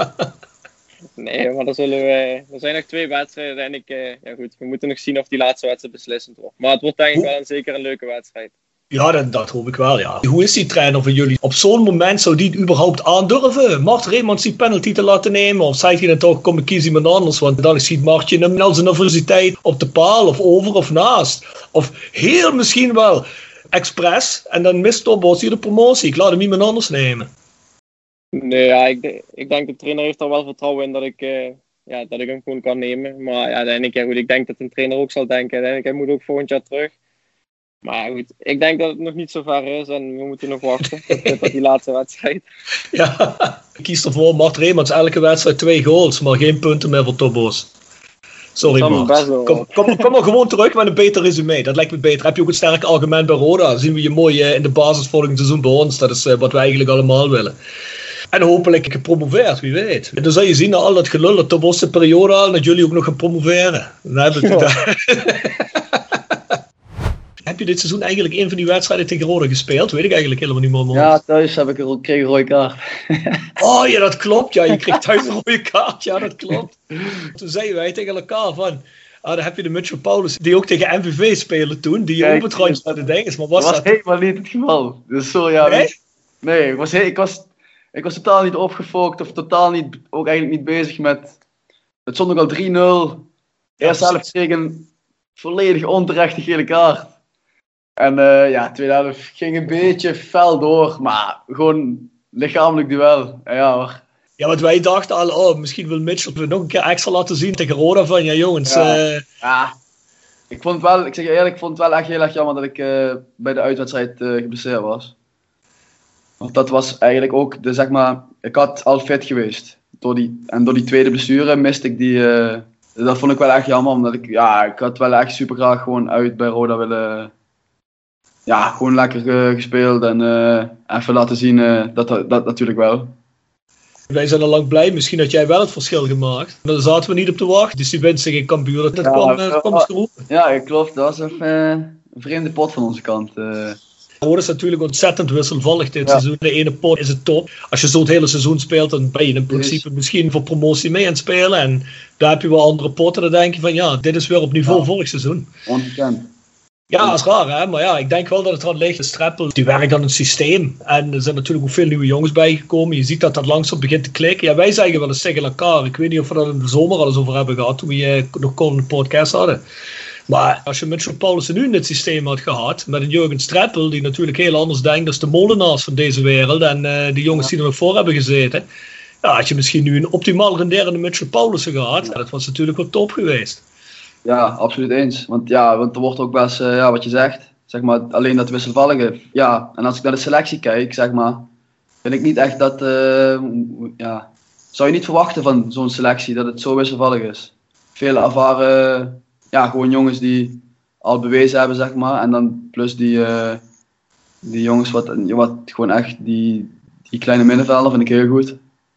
Nee, maar dan zullen we... Er zijn nog twee wedstrijden en ik... Uh, ja goed, we moeten nog zien of die laatste wedstrijd beslissend wordt. Maar het wordt denk ik wel een, zeker een leuke wedstrijd.
Ja, dat, dat hoop ik wel, ja. Hoe is die trainer van jullie? Op zo'n moment zou die het überhaupt aandurven? Mart Reemans die penalty te laten nemen? Of zei hij dan toch, kom ik kies iemand anders? Want dan schiet Martje hem al zijn nervositeit op de paal of over of naast. Of heel misschien wel expres. En dan mist Top Os hier de promotie. Ik laat hem iemand anders nemen.
Nee, ja, ik, ik denk de trainer heeft er wel vertrouwen in dat ik, uh, ja, dat ik hem gewoon kan nemen. Maar ja, uiteindelijk, ja, goed, ik denk dat een trainer ook zal denken. Uiteindelijk, hij moet ook volgend jaar terug. Maar ja, goed. Ik denk dat het nog niet zo ver is en we moeten nog wachten tot, tot die laatste wedstrijd.
Ja, ik kies ervoor. Mart Reemans, elke wedstrijd twee goals, maar geen punten meer voor Tobos. Sorry, Mart. Kom, kom, kom maar gewoon terug met een beter resume. Dat lijkt me beter. Heb je ook een sterk argument bij Roda? Dan zien we je mooi uh, in de basis volgend seizoen bij ons. Dat is uh, wat we eigenlijk allemaal willen. En hopelijk gepromoveerd, wie weet. En dan zal je zien, na al dat gelul, dat Tobos de periode al, dat jullie ook nog gaan promoveren. Dan hebben we het ja. Heb je dit seizoen eigenlijk een van die wedstrijden tegen Roda gespeeld? Weet ik eigenlijk helemaal niet meer. Man.
Ja, thuis heb ik een, kreeg een rode kaart.
Oh ja, dat klopt. Ja, je kreeg thuis een rode kaart. Ja, dat klopt. Toen zeiden wij tegen elkaar van... Ah, dan heb je de Mitchell Paulus, die ook tegen M V V spelen toen. Die je op het randje naar de dinges. Maar was
dat was
dat...
helemaal niet het geval. Dus zo, ja,
nee?
Nee, ik was, ik, was, ik was totaal niet opgefokt. Of totaal niet, ook eigenlijk niet bezig met... Het stond ook al drie nul. Eerst zelf kreeg een volledig onterechte gele kaart. En uh, ja, tweede helft ging een beetje fel door, maar gewoon lichamelijk duel. Ja hoor.
Ja, want wij dachten al, oh, misschien wil Mitchell het nog een keer extra laten zien tegen Roda van, ja jongens.
Ja,
uh...
ja. Ik vond het wel, ik zeg je eerlijk, ik vond het wel echt heel erg jammer dat ik uh, bij de uitwedstrijd uh, geblesseerd was. Want dat was eigenlijk ook, de, zeg maar, ik had al fit geweest. Door die, en door die tweede blessure miste ik die, uh, dat vond ik wel echt jammer, omdat ik, ja, ik had wel echt super graag gewoon uit bij Roda willen... Ja, gewoon lekker uh, gespeeld en uh, even laten zien, uh, dat, dat, dat natuurlijk wel.
Wij zijn al lang blij, misschien had jij wel het verschil gemaakt. Daar zaten we niet op te wachten, dus die winst tegen Cambuur, dat
ja,
kwam, uh, kwam geroepen.
Ja, klopt, dat was even uh, een vreemde pot van onze kant. Uh.
Roda is natuurlijk ontzettend wisselvallig dit
ja.
seizoen. De ene pot is het top. Als je zo het hele seizoen speelt, dan ben je in principe is... misschien voor promotie mee aan het spelen. En daar heb je wel andere potten, dan denk je van ja, dit is weer op niveau ja. vorig seizoen.
Ongekend.
Ja, dat is raar, hè? Maar ja, ik denk wel dat het eraan ligt. De Streppel, die werkt aan een systeem. En er zijn natuurlijk ook veel nieuwe jongens bijgekomen. Je ziet dat dat langzaam begint te klikken. Ja, wij zeggen wel eens tegen elkaar. Ik weet niet of we dat in de zomer al eens over hebben gehad, toen we uh, nog kort een podcast hadden. Maar als je Mitchell Paulussen nu in het systeem had gehad, met een Jurgen Streppel, die natuurlijk heel anders denkt dan de molenaars van deze wereld, en uh, die jongens die er nog voor hebben gezeten, ja, had je misschien nu een optimaal renderende Mitchell Paulussen gehad. Ja, dat was natuurlijk wel top geweest.
Ja, absoluut eens. Want ja, want er wordt ook best, uh, ja, wat je zegt, zeg maar, alleen dat wisselvallige. Ja, en als ik naar de selectie kijk, zeg maar, vind ik niet echt dat, uh, ja, zou je niet verwachten van zo'n selectie, dat het zo wisselvallig is. Vele ervaren, ja, gewoon jongens die al bewezen hebben, zeg maar, en dan plus die, uh, die jongens wat, wat gewoon echt, die, die kleine middenvelder vind ik heel goed.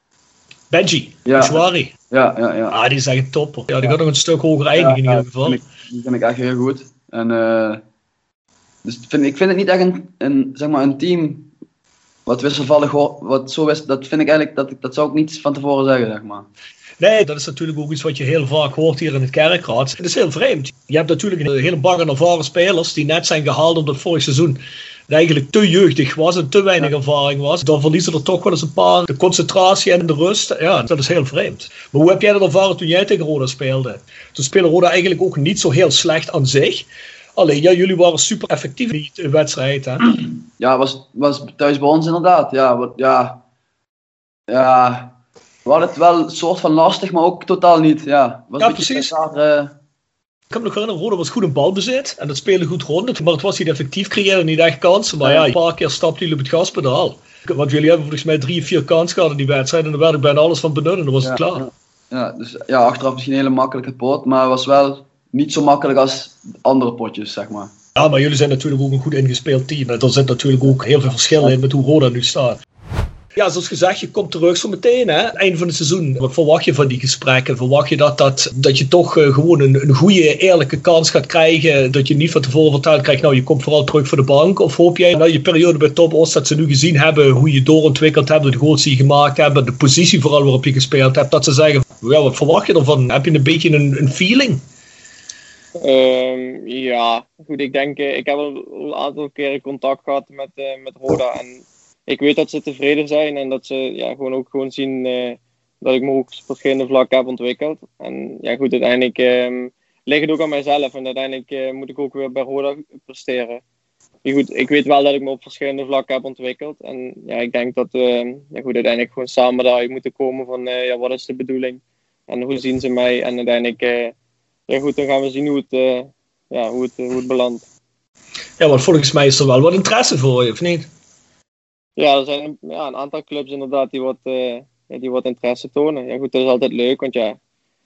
Benji,
ja.
Schwari.
Ja, ja, ja.
Ah, die is echt een topper. Ja, die gaat nog een stuk hoger eindigen ja, in ieder geval.
Die vind, ik, die vind ik echt heel goed. En, uh, dus vind, ik vind het niet echt een, een, zeg maar een team wat wisselvallig wat zo is. Dat vind ik eigenlijk, dat, dat zou ik niet van tevoren zeggen, zeg maar.
Nee, dat is natuurlijk ook iets wat je heel vaak hoort hier in het Kerkrad. Het is heel vreemd. Je hebt natuurlijk een hele bak aan ervaren spelers die net zijn gehaald omdat het vorig seizoen eigenlijk te jeugdig was en te weinig ja. ervaring was. Dan verliezen er toch wel eens een paar de concentratie en de rust. Ja, dat is heel vreemd. Maar hoe heb jij dat ervaren toen jij tegen Roda speelde? Toen speelde Roda eigenlijk ook niet zo heel slecht aan zich. Alleen, ja, jullie waren super effectief in die wedstrijd, hè?
Ja, was, was thuis bij ons inderdaad. Ja, wat, ja, ja, we hadden het wel een soort van lastig, maar ook totaal niet. Ja, was
ja
een
precies.
Daar, uh...
Ik kan me nog herinneren, Roda was goed in balbezit en dat speelde goed rond, maar het was niet effectief, creëren niet echt kansen. Maar ja, een paar keer stapten jullie op het gaspedaal. Want jullie hebben volgens mij drie, vier kansen gehad in die wedstrijd en dan werd ik bijna alles van benut en dan was
ja,
het klaar.
Ja. ja, dus ja, achteraf misschien een hele makkelijke pot, maar het was wel niet zo makkelijk als andere potjes, zeg maar.
Ja, maar jullie zijn natuurlijk ook een goed ingespeeld team en er zit natuurlijk ook heel veel verschil in met hoe Roda nu staat. Ja, zoals gezegd, je komt terug zo meteen, hè, het einde van het seizoen. Wat verwacht je van die gesprekken? Verwacht je dat, dat, dat je toch uh, gewoon een, een goede, eerlijke kans gaat krijgen? Dat je niet van tevoren verteld krijgt, nou, je komt vooral terug voor de bank? Of hoop jij, nou, je periode bij Top Os, dat ze nu gezien hebben hoe je doorontwikkeld hebt, de goals die je gemaakt hebt, de positie vooral waarop je gespeeld hebt, dat ze zeggen, ja, wat verwacht je ervan? Heb je een beetje een, een feeling?
Um, ja, goed, ik denk, uh, ik heb al een aantal keren contact gehad met, uh, met Roda en ik weet dat ze tevreden zijn en dat ze ja, gewoon ook gewoon zien uh, dat ik me ook op verschillende vlakken heb ontwikkeld. En ja goed, uiteindelijk um, ligt het ook aan mijzelf en uiteindelijk uh, moet ik ook weer bij Roda presteren. Ja, goed, ik weet wel dat ik me op verschillende vlakken heb ontwikkeld. En ja, ik denk dat we ja, goed, uiteindelijk gewoon samen daaruit moeten komen van uh, ja, wat is de bedoeling en hoe zien ze mij. En uiteindelijk uh, ja, goed, dan gaan we zien hoe het, uh, ja, hoe het, uh, hoe het belandt.
Ja, want volgens mij is er wel wat interesse voor je, of niet?
Ja, er zijn ja, een aantal clubs inderdaad die wat, uh, ja, die wat interesse tonen. Ja goed, dat is altijd leuk, want ja...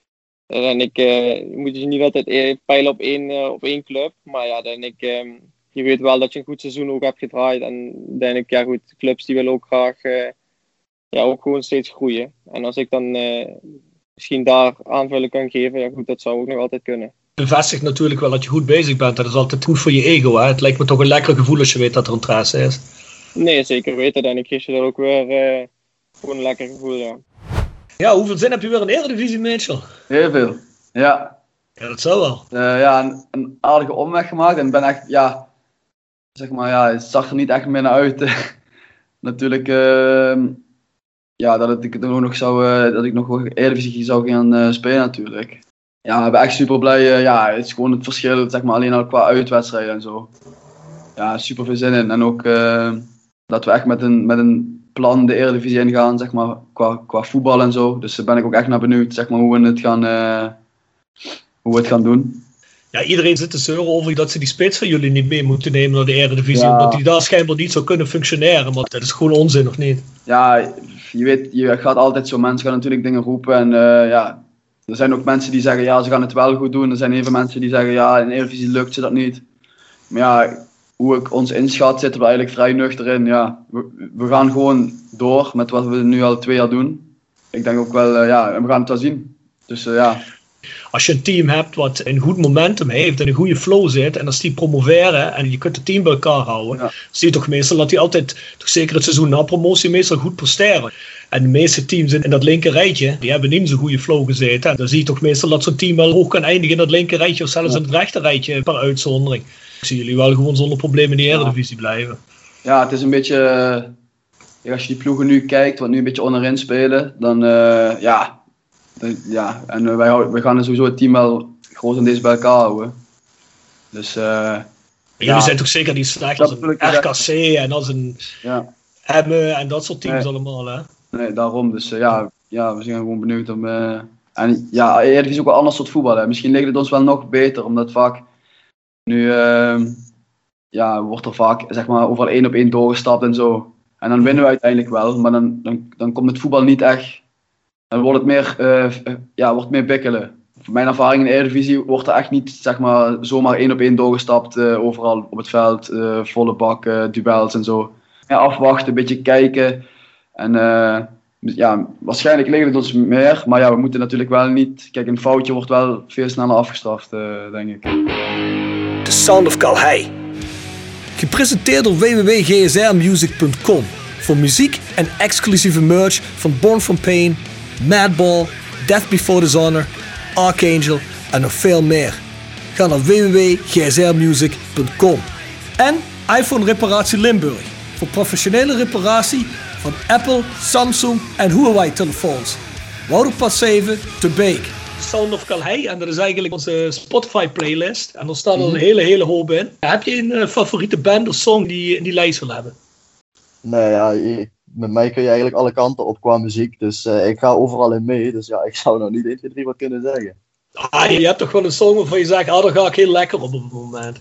En ik uh, moet dus niet altijd peilen op één, uh, op één club. Maar ja, dan ik, um, je weet wel dat je een goed seizoen ook hebt gedraaid. En dan denk ik, ja goed, clubs die willen ook graag uh, ja, ook gewoon steeds groeien. En als ik dan uh, misschien daar aanvulling kan geven, ja goed, dat zou ook nog altijd kunnen.
Bevestigt natuurlijk wel dat je goed bezig bent. Dat is altijd goed voor je ego. Hè? Het lijkt me toch een lekker gevoel als je weet dat er interesse is.
Nee, zeker weten. En ik geef je dat ook weer uh, gewoon een lekker gevoel, ja.
Ja, hoeveel zin heb je weer in Eredivisie, Mitchell?
Heel veel, ja.
Ja, dat zou wel.
Uh, ja, een, een aardige omweg gemaakt en ben echt, ja, zeg maar, ja, het zag er niet echt meer naar uit. Natuurlijk, uh, ja, dat, het, ik nog zou, uh, dat ik nog Eredivisie zou gaan uh, spelen natuurlijk. Ja, ik ben echt super blij. Uh, ja, het is gewoon het verschil, zeg maar, alleen al qua uitwedstrijden en zo. Ja, super veel zin in. En ook uh, dat we echt met een, met een plan de Eredivisie ingaan, zeg maar, qua, qua voetbal en zo. Dus daar ben ik ook echt naar benieuwd, zeg maar, hoe we het gaan, uh, hoe we het gaan doen.
Ja, iedereen zit te zeuren over dat ze die spits van jullie niet mee moeten nemen naar de Eredivisie,
ja.
Omdat die daar schijnbaar niet zou kunnen functioneren, maar dat is gewoon onzin, of niet?
Ja, je weet, je gaat altijd zo, mensen gaan natuurlijk dingen roepen en uh, ja, er zijn ook mensen die zeggen, ja, ze gaan het wel goed doen. Er zijn even mensen die zeggen, ja, in de Eredivisie lukt ze dat niet. Maar ja, hoe ik ons inschat, zitten we eigenlijk vrij nuchter in. Ja, we, we gaan gewoon door met wat we nu al twee jaar doen. Ik denk ook wel, uh, ja, we gaan het wel zien. Dus uh, ja.
Als je een team hebt wat een goed momentum heeft en een goede flow zit, en als die promoveren en je kunt het team bij elkaar houden, ja. Zie je toch meestal dat die altijd, toch zeker het seizoen na promotie, meestal goed presteren. En de meeste teams in, in dat linker rijtje, die hebben niet in zo'n goede flow gezeten. En dan zie je toch meestal dat zo'n team wel hoog kan eindigen in dat linker rijtje of zelfs ja. in het rechter rijtje per uitzondering. Ik zie jullie wel gewoon zonder problemen in de Eredivisie ja. blijven.
Ja, het is een beetje, uh, als je die ploegen nu kijkt, wat nu een beetje onderin spelen, dan uh, ja... Ja, en uh, wij, wij gaan sowieso het team wel grotendeels bij elkaar houden. Dus, uh,
jullie ja, zijn toch zeker niet slecht als een R K C en als een
ja.
Emmen en dat soort teams
nee.
allemaal, hè?
Nee, daarom. Dus uh, ja, ja, we zijn gewoon benieuwd om... Uh, en ja, het is ook wel een ander soort voetbal. Hè. Misschien ligt het ons wel nog beter, omdat vaak nu... Uh, ja, wordt er vaak, zeg maar, overal één op één doorgestapt en zo. En dan winnen we uiteindelijk wel, maar dan, dan, dan komt het voetbal niet echt... Dan wordt het meer, uh, ja, wordt meer bikkelen. Voor mijn ervaring in de Eredivisie wordt er echt niet, zeg maar, zomaar één op één doorgestapt. Uh, overal op het veld, uh, volle bak, uh, duels en zo. Ja, afwachten, een beetje kijken. En uh, ja, waarschijnlijk ligt het ons meer. Maar ja, we moeten natuurlijk wel niet... Kijk, een foutje wordt wel veel sneller afgestraft, uh, denk ik.
The Sound of Calhei. Gepresenteerd door w w w punt g s r music punt com. Voor muziek en exclusieve merch van Born From Pain, Madball, Death Before Dishonor, Archangel en nog veel meer. Ga naar w w w punt g s r music punt com. En iPhone Reparatie Limburg. Voor professionele reparatie van Apple, Samsung en Huawei telefoons. Wouderpad zeven te Beek. Sound of Calhei, en dat is eigenlijk onze Spotify playlist. En er staat er een hele hele hoop in. Heb je een uh, favoriete band of song die je in die lijst wil hebben?
Nee, ja, je, met mij kun je eigenlijk alle kanten op qua muziek, dus uh, ik ga overal in mee. Dus ja, ik zou nou niet één, twee, drie wat kunnen zeggen.
Ah, je hebt toch wel een song waarvan je zegt, ah, daar ga ik heel lekker op op het moment.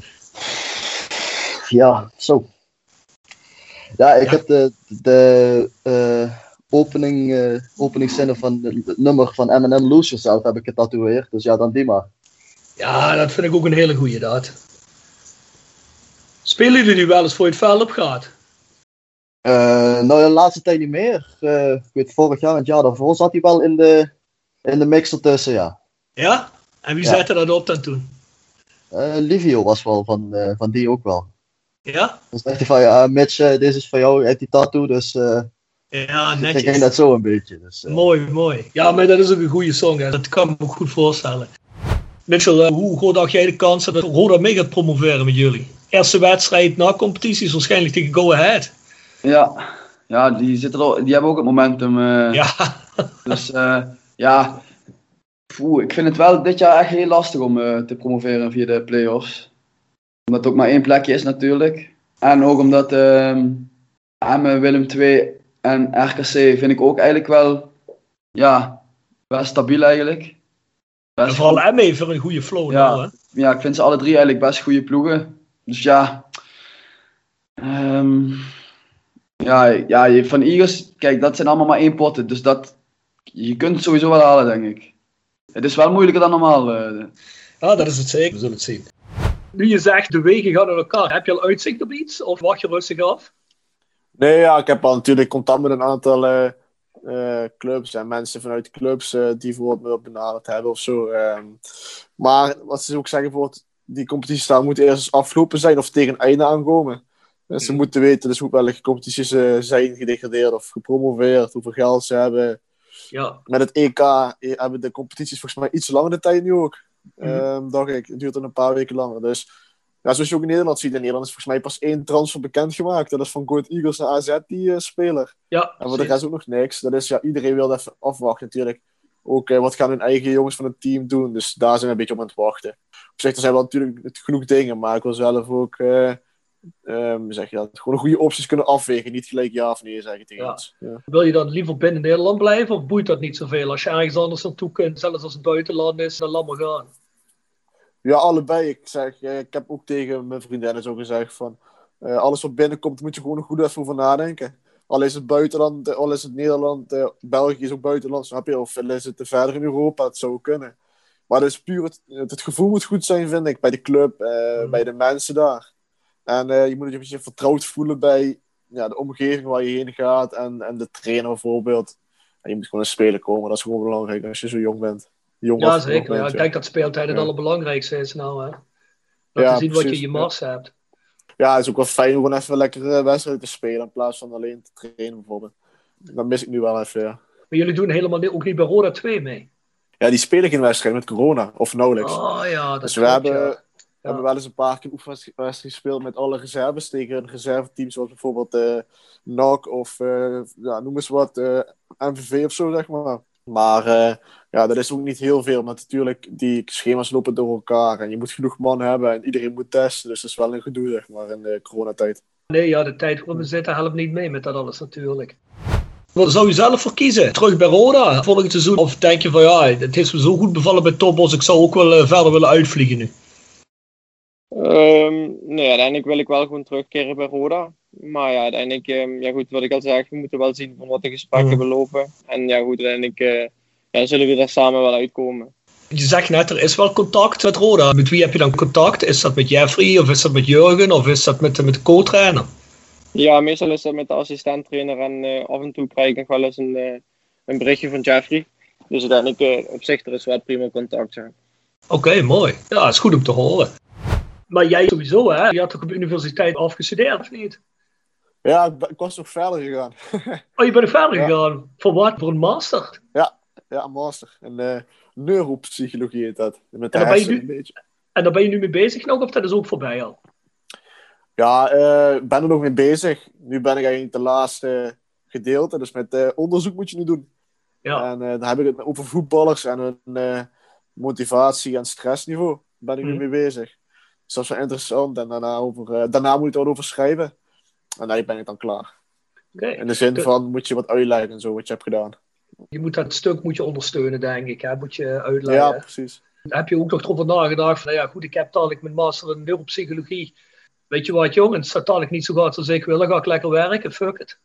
Ja, zo. Ja, ik ja. heb de, de uh, opening, uh, openingszinnen van het nummer van Eminem Lose Yourself heb ik getatoeëerd, dus ja, dan die maar.
Ja, dat vind ik ook een hele goeie, dat. Spelen jullie die wel eens voor je het veld op gaat?
Uh, nou, de laatste tijd niet meer. Uh, ik weet, vorig jaar en het jaar daarvoor zat hij wel in de, in de mix ertussen, ja.
Ja? En wie ja. zette dat op dan toen?
Uh, Livio was wel van, uh, van die ook wel.
Ja?
Dan zegt hij van, ja, Mitch, uh, dit is van jou, hij heeft die tattoo, dus... Uh,
ja, netjes.
Ik ging dat zo een beetje. Dus, uh.
Mooi, mooi. Ja, maar dat is ook een goede song, hè. Dat kan ik me ook goed voorstellen. Mitchell, uh, hoe groot acht jij de kansen dat Roda mee gaat promoveren met jullie? Eerste wedstrijd na competitie is waarschijnlijk tegen Go Ahead.
Ja, ja die, zitten er, die hebben ook het momentum. Uh,
ja.
Dus uh, ja, Poeh, ik vind het wel dit jaar echt heel lastig om uh, te promoveren via de play-offs. Omdat het ook maar één plekje is natuurlijk. En ook omdat uh, Emmen, Willem twee en R K C vind ik ook eigenlijk wel, ja, wel stabiel eigenlijk.
Best vooral Emmen heeft er een goede flow.
Ja,
nou, hè?
Ja, ik vind ze alle drie eigenlijk best goede ploegen. dus ja, um, ja, ja, van Eagles, kijk, dat zijn allemaal maar één potten. Dus dat, je kunt het sowieso wel halen, denk ik. Het is wel moeilijker dan normaal. Uh.
Ja, dat is het zeker. We zullen het zien.
Nu je zegt, de wegen gaan naar elkaar. Heb je al uitzicht op iets? Of wacht je rustig af?
Nee, ja, ik heb al natuurlijk contact met een aantal uh, uh, clubs en mensen vanuit de clubs uh, die bijvoorbeeld me benaderd hebben of zo. Um, maar wat ze ook zeggen, bijvoorbeeld, die competities daar moeten eerst afgelopen zijn of tegen een einde aankomen. Dus ze mm. moeten weten dus hoe welke competities uh, zijn gedegradeerd of gepromoveerd, hoeveel geld ze hebben.
Ja.
Met het E K hebben de competities volgens mij iets langer de tijd nu ook. Mm. Um, dacht ik, het duurt dan een paar weken langer. Dus ja, zoals je ook in Nederland ziet, in Nederland is volgens mij pas één transfer bekendgemaakt. Dat is van Go Ahead Eagles naar A Z, die uh, speler.
Ja,
en voor de rest ook nog niks. Dat is, ja, iedereen wil even afwachten natuurlijk. Ook uh, wat gaan hun eigen jongens van het team doen. Dus daar zijn we een beetje op aan het wachten. Op zich, er zijn wel natuurlijk genoeg dingen, maar ik wil zelf ook uh, um, zeg je dat, gewoon goede opties kunnen afwegen. Niet gelijk ja of nee zeggen tegen
ja.
ons. Ja.
Wil je dan liever binnen Nederland blijven of boeit dat niet zoveel? Als je ergens anders naartoe kunt, zelfs als het buitenland is, dan laat maar gaan.
Ja, allebei. Ik, zeg, ik heb ook tegen mijn vriendinnen zo gezegd van uh, alles wat binnenkomt moet je gewoon goed even over nadenken. Al is het buitenland, al is het Nederland, uh, België is ook buitenland, snap je? Of is het verder in Europa, het zou kunnen. Maar het is puur het, het gevoel moet goed zijn, vind ik, bij de club, uh, mm. bij de mensen daar. En uh, je moet je een beetje vertrouwd voelen bij ja, de omgeving waar je heen gaat en, en de trainer bijvoorbeeld. En je moet gewoon een speler komen, dat is gewoon belangrijk als je zo jong bent. Jong
ja, zeker. Ja, ik denk dat speeltijd het ja. allerbelangrijkste is nou, hè. Dat ja, te zien precies, wat je in je mars ja. hebt.
Ja, het is ook wel fijn om gewoon even lekker wedstrijden te spelen in plaats van alleen te trainen bijvoorbeeld. Dat mis ik nu wel even, ja.
Maar jullie doen helemaal niet, ook niet bij Roda twee mee?
Ja, die spelen geen wedstrijd met corona, of nauwelijks.
Oh ja, dat
dus
klopt,
we hebben,
ja.
we ja. hebben wel eens een paar keer oefenwedstrijden gespeeld met alle reserves tegen een reserveteam, zoals bijvoorbeeld uh, N A C of uh, ja, noem eens wat, uh, M V V of zo, zeg maar. Maar uh, ja, dat is ook niet heel veel. Maar natuurlijk, die schema's lopen door elkaar. En je moet genoeg man hebben. En iedereen moet testen. Dus dat is wel een gedoe, zeg maar, in de coronatijd.
Nee, ja, de tijd waarin we zitten helpt niet mee met dat alles natuurlijk. Wat zou je zelf voor kiezen? Terug bij Roda volgend seizoen? Of denk je van ja, het heeft me zo goed bevallen bij Topos. Ik zou ook wel uh, verder willen uitvliegen nu.
Um, nee, uiteindelijk wil ik wel gewoon terugkeren bij Roda. Maar ja, uiteindelijk, um, ja goed, wat ik al zeg, we moeten wel zien van wat de gesprekken mm. belopen. En ja goed, uiteindelijk uh, ja, zullen we daar samen wel uitkomen.
Je zegt net, er is wel contact met Roda. Met wie heb je dan contact? Is dat met Jeffrey, of is dat met Jurgen, of is dat met, met de co-trainer?
Ja, meestal is dat met de assistent-trainer en uh, af en toe krijg ik nog wel eens een, uh, een berichtje van Jeffrey. Dus uiteindelijk uh, op zich, er is wel prima contact. Ja.
Oké, okay, mooi. Ja, dat is goed om te horen. Maar jij sowieso, hè? Je had toch op de universiteit afgestudeerd, of niet?
Ja, ik, ik was nog verder gegaan.
Oh, je bent nog verder ja. gegaan? Voor wat? Voor een master?
Ja, ja een master. En uh, neuropsychologie heet dat. Met de
en, daar ben je nu,
een beetje.
en daar ben je nu mee bezig nog, of dat is ook voorbij al?
Ja, ik uh, ben er nog mee bezig. Nu ben ik eigenlijk de laatste gedeelte. Dus met uh, onderzoek moet je nu doen.
Ja.
En uh, dan heb ik het over voetballers en hun uh, motivatie en stressniveau. Daar ben ik mm-hmm. nu mee bezig. Dus dat is wel interessant. En daarna, over, uh, daarna moet ik er over schrijven. En daar ben ik dan klaar.
Okay.
In de zin de... van, moet je wat uitleggen en zo, wat je hebt gedaan.
Je moet dat stuk moet je ondersteunen, denk ik. Hè? Moet je uitleggen.
Ja, precies.
Heb je ook nog erover nagedacht van, nou ja, goed, ik heb dadelijk mijn master in neuropsychologie. Weet je wat, jongens, dat dadelijk niet zo gaat als ik wil, dan ga ik lekker werken, fuck it.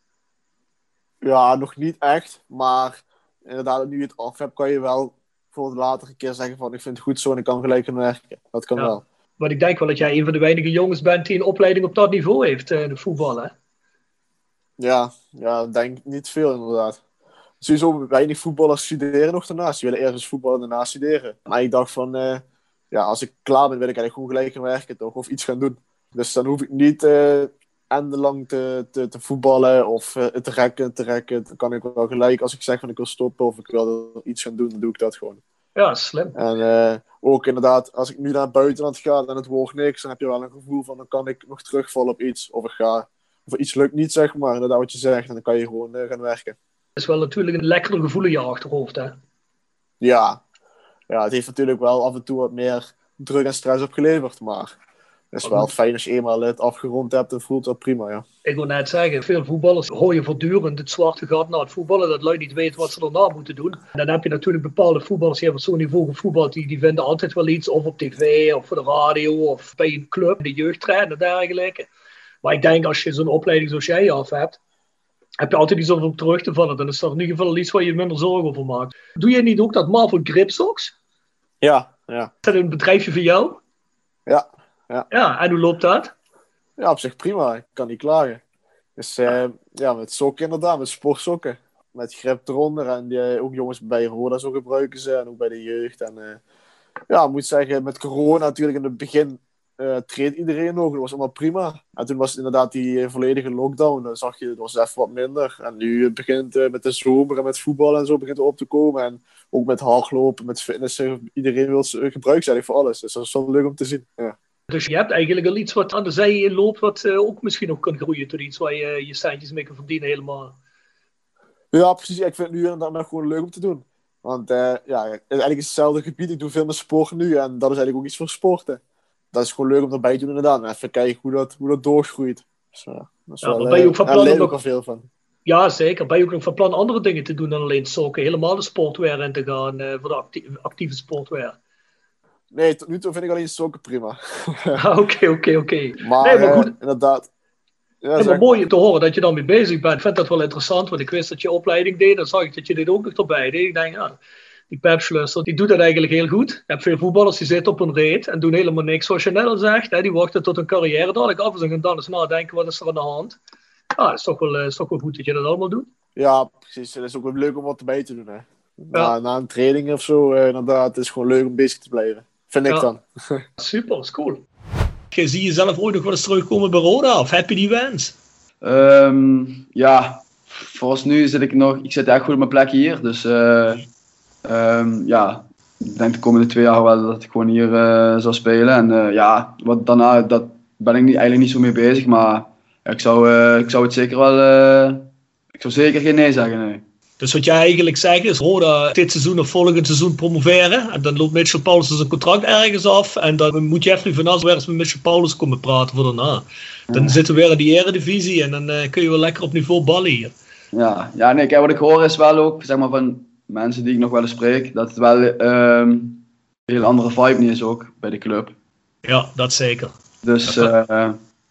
Ja, nog niet echt. Maar inderdaad, nu je het af hebt, kan je wel voor de latere keer zeggen van, ik vind het goed zo en ik kan gelijk gaan werken. Dat kan ja. wel.
Maar ik denk wel dat jij een van de weinige jongens bent die een opleiding op dat niveau heeft, in de voetbal, hè?
Ja, ja, denk niet veel inderdaad. Sowieso weinig voetballers studeren nog daarnaast. Die willen eerst voetballen en daarna studeren. Maar ik dacht van, uh, ja, als ik klaar ben, wil ik eigenlijk gewoon gelijk gaan werken toch? Of iets gaan doen. Dus dan hoef ik niet uh, eindelang te, te, te voetballen of uh, te rekken, te rekken. Dan kan ik wel gelijk, als ik zeg van ik wil stoppen of ik wil iets gaan doen, dan doe ik dat gewoon.
Ja, slim.
En uh, ook inderdaad, als ik nu naar het buitenland ga en het wordt niks, dan heb je wel een gevoel van, dan kan ik nog terugvallen op iets. Of ik ga, of iets lukt niet, zeg maar, inderdaad wat je zegt, en dan kan je gewoon uh, gaan werken.
Dat is wel natuurlijk een lekker gevoel in je achterhoofd, hè?
Ja. Ja, het heeft natuurlijk wel af en toe wat meer druk en stress opgeleverd, maar Het is wel fijn als je eenmaal het afgerond hebt en voelt dat prima, ja.
Ik wil net zeggen, veel voetballers hoor je voortdurend het zwarte gat na het voetballen, dat lui niet weten wat ze daarna moeten doen. En dan heb je natuurlijk bepaalde voetballers, die hebben op zo'n niveau gevoetbald, die, die vinden altijd wel iets, of op tv, of voor de radio, of bij een club, de jeugdtrainer en dergelijke. Maar ik denk, als je zo'n opleiding zoals jij af hebt, heb je altijd iets om op terug te vallen. Dan is dat in ieder geval iets waar je minder zorgen over maakt. Doe je niet ook dat Marvel Grip Socks?
Ja, ja.
Is dat een bedrijfje van jou?
Ja, ja.
Ja, en hoe loopt dat?
Ja, op zich prima. Ik kan niet klagen. Dus uh, ja, met sokken inderdaad, met sportsokken. Met grip eronder. En die, ook jongens bij Roda zo gebruiken ze. En ook bij de jeugd. En uh, ja, ik moet zeggen, met corona natuurlijk in het begin uh, treedt iedereen nog. Dat was allemaal prima. En toen was het inderdaad die uh, volledige lockdown. Dan zag je, het was even wat minder. En nu het begint uh, met de zomer en met voetbal en zo begint het op te komen. En ook met hardlopen, met fitness. Uh, iedereen wil uh, gebruik zijn voor alles. Dus dat is wel leuk om te zien. Ja.
Dus je hebt eigenlijk al iets wat aan de zij loopt, wat uh, ook misschien nog kan groeien tot iets waar je je centjes mee kan verdienen helemaal.
Ja, precies. Ik vind het nu inderdaad nog gewoon leuk om te doen. Want uh, ja, eigenlijk is hetzelfde gebied. Ik doe veel met sport nu en dat is eigenlijk ook iets voor sporten. Dat is gewoon leuk om erbij te doen inderdaad. En even kijken hoe dat, hoe dat doorgroeit. Dus, uh, dat is
ja,
wel,
maar ben je ook van plan
uh,
om
ook al veel van.
Ja, zeker. Ben je ook nog van plan andere dingen te doen dan alleen sokken? Helemaal de sportwear in te gaan uh, voor de actie- actieve sportwear?
Nee, tot nu toe vind ik alleen sokken prima.
Oké, oké, oké.
Maar,
nee, maar goed.
Uh, inderdaad. Ja,
nee, maar mooi te horen dat je dan mee bezig bent. Ik vind dat wel interessant, want ik wist dat je opleiding deed. Dan zag ik dat je dit ook nog erbij deed. Ik denk, ja, die Pep-schlusser, die doet dat eigenlijk heel goed. Je hebt veel voetballers die zitten op een reet en doen helemaal niks, zoals je net al zegt. Hè. Die wachten tot een carrière dadelijk af en dan eens nadenken, wat is er aan de hand? Ja, het is toch wel, is toch wel goed dat je dat allemaal doet.
Ja, precies. Het is ook wel leuk om wat erbij te doen. Hè. Na, ja. na een training of zo, uh, inderdaad, het is gewoon leuk om bezig te blijven. Vind ik ja. dan.
Super, dat is cool. Je zie je zelf ooit nog wel eens terugkomen bij Roda, of heb je die wens?
Um, ja, volgens nu zit ik nog, ik zit echt goed op mijn plek hier, dus uh, um, ja, ik denk de komende twee jaar wel dat ik gewoon hier uh, zal spelen. En uh, ja, wat daarna, dat ben ik niet, eigenlijk niet zo mee bezig, maar ik zou, uh, ik zou het zeker wel, uh, ik zou zeker geen nee zeggen, nee.
Dus wat jij eigenlijk zegt is, Roda dit seizoen of volgend seizoen promoveren. En dan loopt Mitchell Paulus zijn contract ergens af. En dan moet Jeffrey van As weer eens met Mitchell Paulus komen praten voor daarna. Dan ja. zitten we weer in die eredivisie en dan uh, kun je wel lekker op niveau ballen hier.
Ja, ja nee, kijk, wat ik hoor is wel ook, zeg maar van mensen die ik nog wel eens spreek, dat het wel um, een heel andere vibe niet is ook bij de club.
Ja, dat zeker.
Dus ja, uh,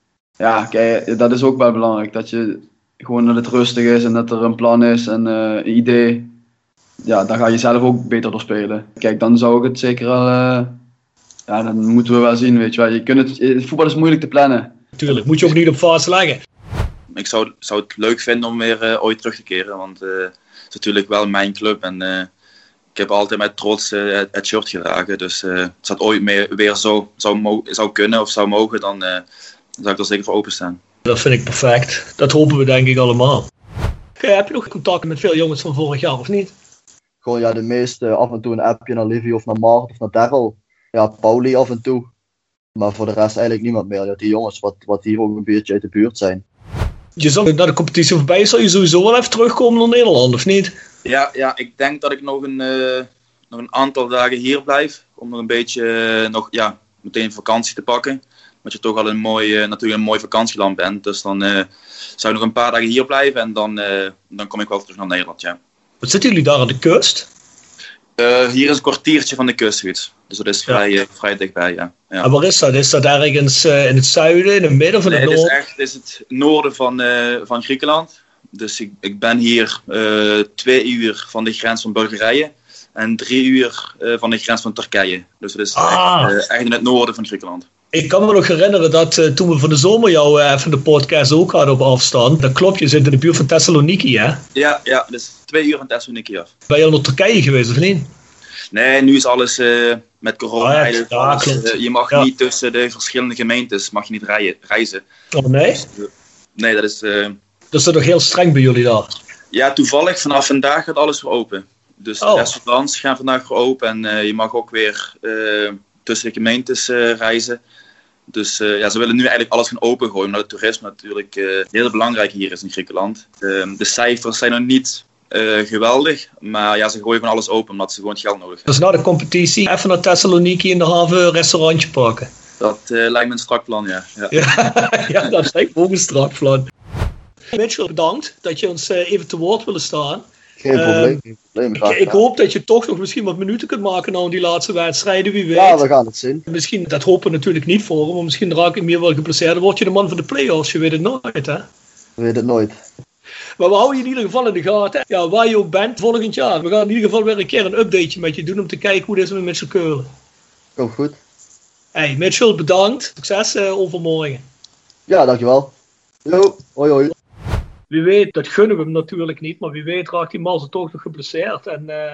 ja kijk, dat is ook wel belangrijk, dat je... Gewoon dat het rustig is en dat er een plan is en uh, een idee. Ja, dan ga je zelf ook beter door spelen. Kijk, dan zou ik het zeker wel... Uh, ja, dan moeten we wel zien, weet je wel. Je kunt het, voetbal is moeilijk te plannen.
Tuurlijk, moet je ook niet op fase leggen.
Ik zou, zou het leuk vinden om weer uh, ooit terug te keren. Want uh, het is natuurlijk wel mijn club. En uh, ik heb altijd met trots uh, het, het shirt gedragen. Dus uh, als het ooit meer, weer zo zou, mo- zou kunnen of zou mogen, dan, uh, dan zou ik er zeker voor openstaan.
Dat vind ik perfect. Dat hopen we denk ik allemaal. Okay, heb je nog contact met veel jongens van vorig jaar of niet?
Gewoon ja, de meeste af en toe een appje naar Livy of naar Maart of naar Daryl. Ja, Pauli af en toe. Maar voor de rest eigenlijk niemand meer. Ja, die jongens wat, wat hier ook een beetje uit de buurt zijn.
Je zal naar de competitie voorbij, zal je sowieso wel even terugkomen naar Nederland of niet?
Ja, ja ik denk dat ik nog een, uh, nog een aantal dagen hier blijf. Om nog een beetje uh, nog, ja, meteen vakantie te pakken. Dat je toch al een mooi, uh, natuurlijk een mooi vakantieland bent. Dus dan uh, zou ik nog een paar dagen hier blijven en dan, uh, dan kom ik wel terug naar Nederland, ja.
Wat zitten jullie daar aan de kust?
Uh, hier is een kwartiertje van de kust, zoiets. Dus dat is vrij, ja. uh, vrij dichtbij, ja. ja.
En waar is dat? Is dat ergens uh, in het zuiden, in het midden of in
nee,
het noorden?
Het is echt het is het noorden van, uh, van Griekenland. Dus ik, ik ben hier uh, twee uur van de grens van Bulgarije. En drie uur uh, van de grens van Turkije. Dus dat is ah. echt, uh, echt in het noorden van Griekenland.
Ik kan me nog herinneren dat uh, toen we van de zomer jou uh, even de podcast ook hadden op afstand. Dat klopt, je zit in de buurt van Thessaloniki, hè?
Ja, ja, dus twee uur van Thessaloniki af.
Ben je al naar Turkije geweest, of niet?
Nee, nu is alles uh, met corona.
Ah, ja,
eigenlijk,
ja,
alles,
klopt.
uh, je mag
ja.
niet tussen de verschillende gemeentes mag je niet rijden, reizen.
Oh nee?
Dus, uh, nee, dat is... Uh,
dat is toch heel streng bij jullie daar?
Ja, toevallig vanaf vandaag gaat alles weer open. Dus
oh.
de restaurants gaan vandaag weer open en uh, je mag ook weer uh, tussen de gemeentes uh, reizen. Dus uh, ja, ze willen nu eigenlijk alles gaan opengooien, omdat het toerisme natuurlijk uh, heel belangrijk hier is in Griekenland. Uh, de cijfers zijn nog niet uh, geweldig, maar ja, ze gooien gewoon alles open omdat ze gewoon het geld nodig hebben.
Dus na de competitie even naar Thessaloniki in de haven een restaurantje pakken?
Dat uh, lijkt me een strak plan, ja. Ja,
ja, ja dat lijkt me ook een strak plan. Mitchell, bedankt dat je ons uh, even te woord willen staan.
Geen uh, probleem. Geen probleem
ik, ik hoop dat je toch nog misschien wat minuten kunt maken nou in die laatste wedstrijden, wie weet.
Ja, we gaan het zien.
Misschien, dat hopen we natuurlijk niet voor hem, maar misschien raak ik meer wel geblesseerd. Dan word je de man van de play-offs, je weet het nooit, hè?
We weten het nooit.
Maar we houden je in ieder geval in de gaten. Ja, waar je ook bent volgend jaar. We gaan in ieder geval weer een keer een updateje met je doen om te kijken hoe het is met Mitchell Keulen.
Komt goed.
Hey, Mitchell, bedankt. Succes uh, overmorgen.
Ja, dankjewel. Jo, hoi hoi.
Wie weet, dat gunnen we hem natuurlijk niet, maar wie weet raakt die Malse toch nog geblesseerd. En uh,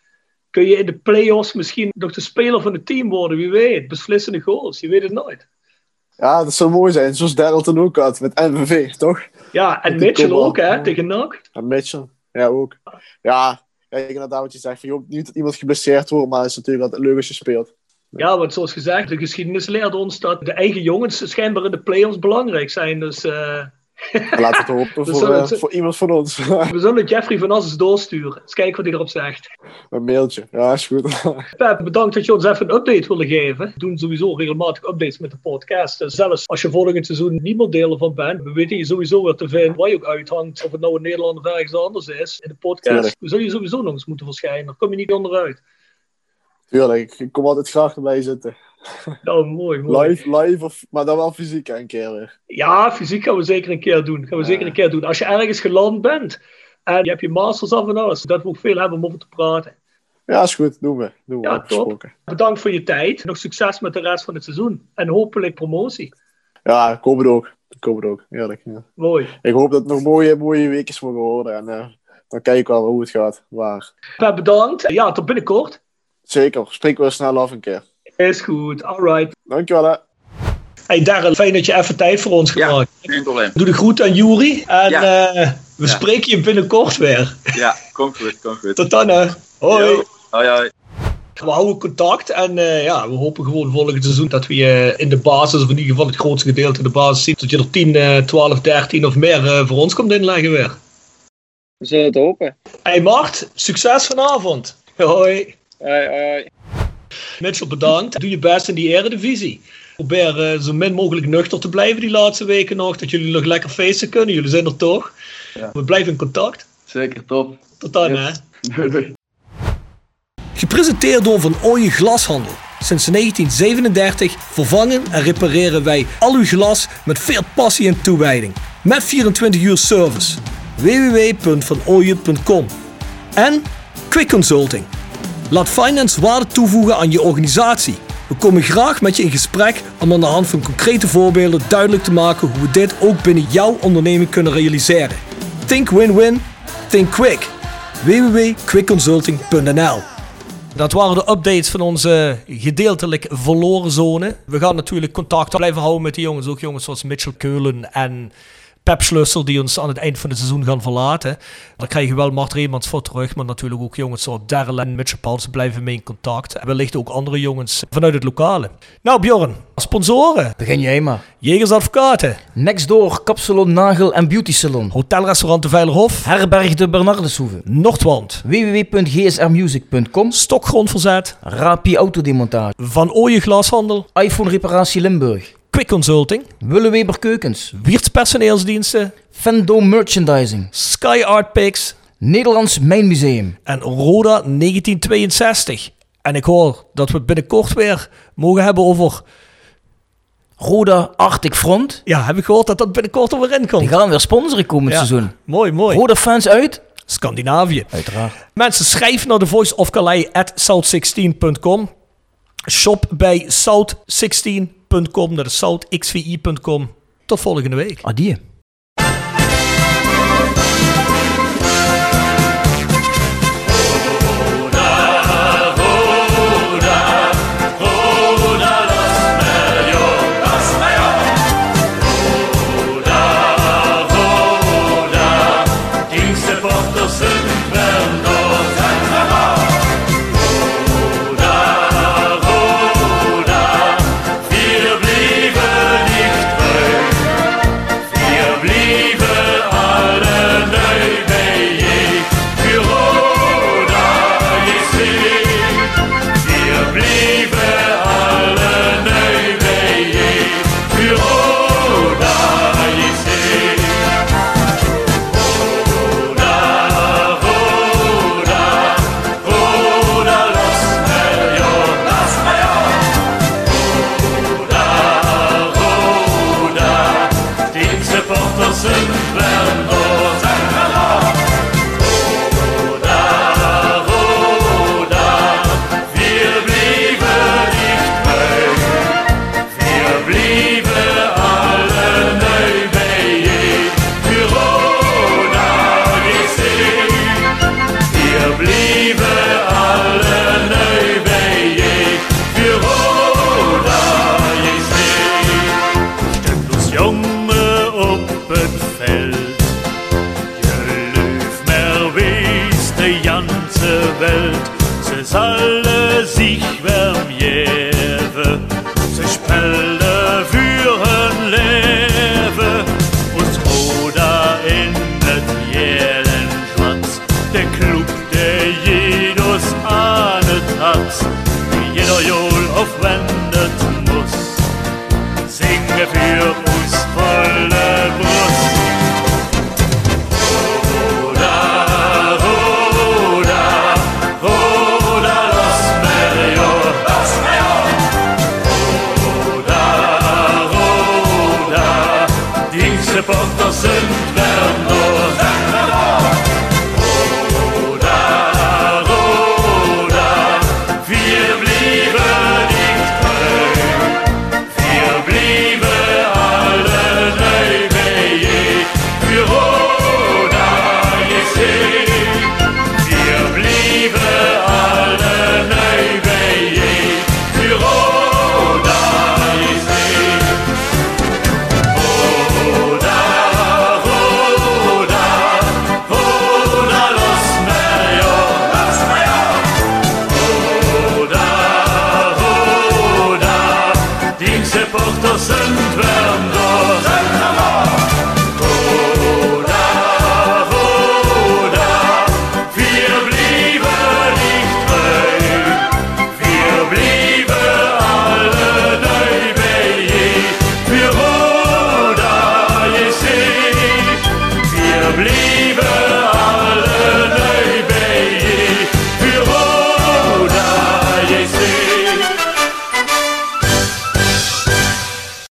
kun je in de play-offs misschien nog de speler van het team worden, wie weet. Beslissende goals, je weet het nooit.
Ja, dat zou mooi zijn, zoals Darrelton ook had met N V V, toch?
Ja, en Mitchell ook, hè, tegen N A C.
En Mitchell, ja ook. Ja, kijk inderdaad wat je zegt, van, joh, niet dat iemand geblesseerd wordt, maar het is natuurlijk altijd leuk als je speelt.
Ja, want zoals gezegd, de geschiedenis leert ons dat de eigen jongens schijnbaar in de play-offs belangrijk zijn, dus... Uh...
Laten we het hopen voor, uh, voor iemand van ons.
We zullen Jeffrey van As eens doorsturen. Eens kijken wat hij erop zegt.
Een mailtje, ja, is goed.
Pep, bedankt dat je ons even een update wilde geven. We doen sowieso regelmatig updates met de podcast. Dus zelfs als je volgend seizoen niet meer deel van bent, we weten je sowieso weer te vinden waar je ook uithangt. Of het nou in Nederland of ergens anders is. In de podcast Tuurlijk. Zul je sowieso nog eens moeten verschijnen. Daar kom je niet onderuit.
Tuurlijk, ik kom altijd graag erbij zitten.
Nou, mooi, mooi.
Live, live of, maar dan wel fysiek een keer weer.
Ja, fysiek gaan we zeker een keer doen. Gaan we ja. zeker een keer doen. Als je ergens geland bent en je hebt je masters af en alles, dat we ook veel hebben om over te praten.
Ja, is goed. Doen we. Doen we.
Ja, top. Bedankt voor je tijd. Nog succes met de rest van het seizoen. En hopelijk promotie.
Ja, ik hoop het ook. Ik hoop het ook. Eerlijk. Ja.
Mooi.
Ik hoop dat het nog mooie, mooie weekjes mogen worden. En uh, dan kijk ik wel hoe het gaat. Waar.
Pep, bedankt. Ja, tot binnenkort.
Zeker. Spreken we snel af een keer.
Is goed, alright.
Dankjewel hè.
Hey Darren, fijn dat je even tijd voor ons gemaakt hebt.
Ja, geen probleem.
Doe de groet aan Juri en
ja.
uh, we ja. spreken je binnenkort weer.
Ja, komt goed, komt goed.
Tot dan hè. Hoi.
Yo. Hoi, hoi.
We houden contact en uh, ja, we hopen gewoon volgend seizoen dat we je uh, in de basis, of in ieder geval het grootste gedeelte in de basis zien. Dat je er tien, twaalf, dertien of meer uh, voor ons komt inleggen weer.
We zullen het hopen.
Hey Mart, succes vanavond. Hoi.
Hoi, hoi.
Mitchell, bedankt. Doe je best in die eredivisie. Probeer uh, zo min mogelijk nuchter te blijven die laatste weken nog. Dat jullie nog lekker feesten kunnen. Jullie zijn er toch? Ja. We blijven in contact.
Zeker, top.
Tot dan, yes. hè.
Doei.
Gepresenteerd door Van Ooyen Glashandel. Sinds negentien zevenendertig vervangen en repareren wij al uw glas met veel passie en toewijding. Met vierentwintig uur service. w w w punt van ooyen punt com. En Quick Consulting. Laat finance waarde toevoegen aan je organisatie. We komen graag met je in gesprek om aan de hand van concrete voorbeelden duidelijk te maken hoe we dit ook binnen jouw onderneming kunnen realiseren. Think win-win, think quick. w w w punt quick consulting punt n l. Dat waren de updates van onze gedeeltelijk verloren zone. We gaan natuurlijk contact blijven houden met die jongens. Ook jongens zoals Mitchell Keulen en Pep Schlussel die ons aan het eind van het seizoen gaan verlaten. Daar krijg je wel Mart Reemans voor terug. Maar natuurlijk ook jongens zoals Darrell en Mitchell Paulsen blijven mee in contact. En wellicht ook andere jongens vanuit het lokale. Nou Bjorn, sponsoren.
Begin jij maar.
Jegers Advocaten.
Nextdoor, Kapsalon, Nagel en Beauty Salon.
Hotelrestaurant de Veilerhof.
Herberg de Bernardeshoeve.
Noordwand.
w w w punt g s r music punt com.
Stokgrondverzet.
Rapi Autodemontage.
Van Ooyen Glashandel.
iPhone Reparatie Limburg.
Quick Consulting.
Willeweber Keukens.
Wiertz Personeelsdiensten.
Fendo Merchandising.
Sky Art Picks.
Nederlands Mijnmuseum.
En Roda negentien tweeënzestig. En ik hoor dat we binnenkort weer mogen hebben over...
Roda Arctic Front.
Ja, heb ik gehoord dat dat binnenkort er weer in komt.
Die gaan weer sponsoren komend ja. seizoen.
Mooi, mooi.
Roda fans uit...
Scandinavië.
Uiteraard.
Mensen, schrijf naar the voice of calais at south sixteen punt com. Shop bij south sixteen punt com, naar de south x v i punt com. Tot volgende week.
Adieu.
Wir de ganze Welt, ze zalle sich wärm jewe, ze spelle für hun Lewe, uns Roda in het jelen Schwarz, der Club, der jedes ahnet hat, wie jeder Jol aufwendet muss, singe für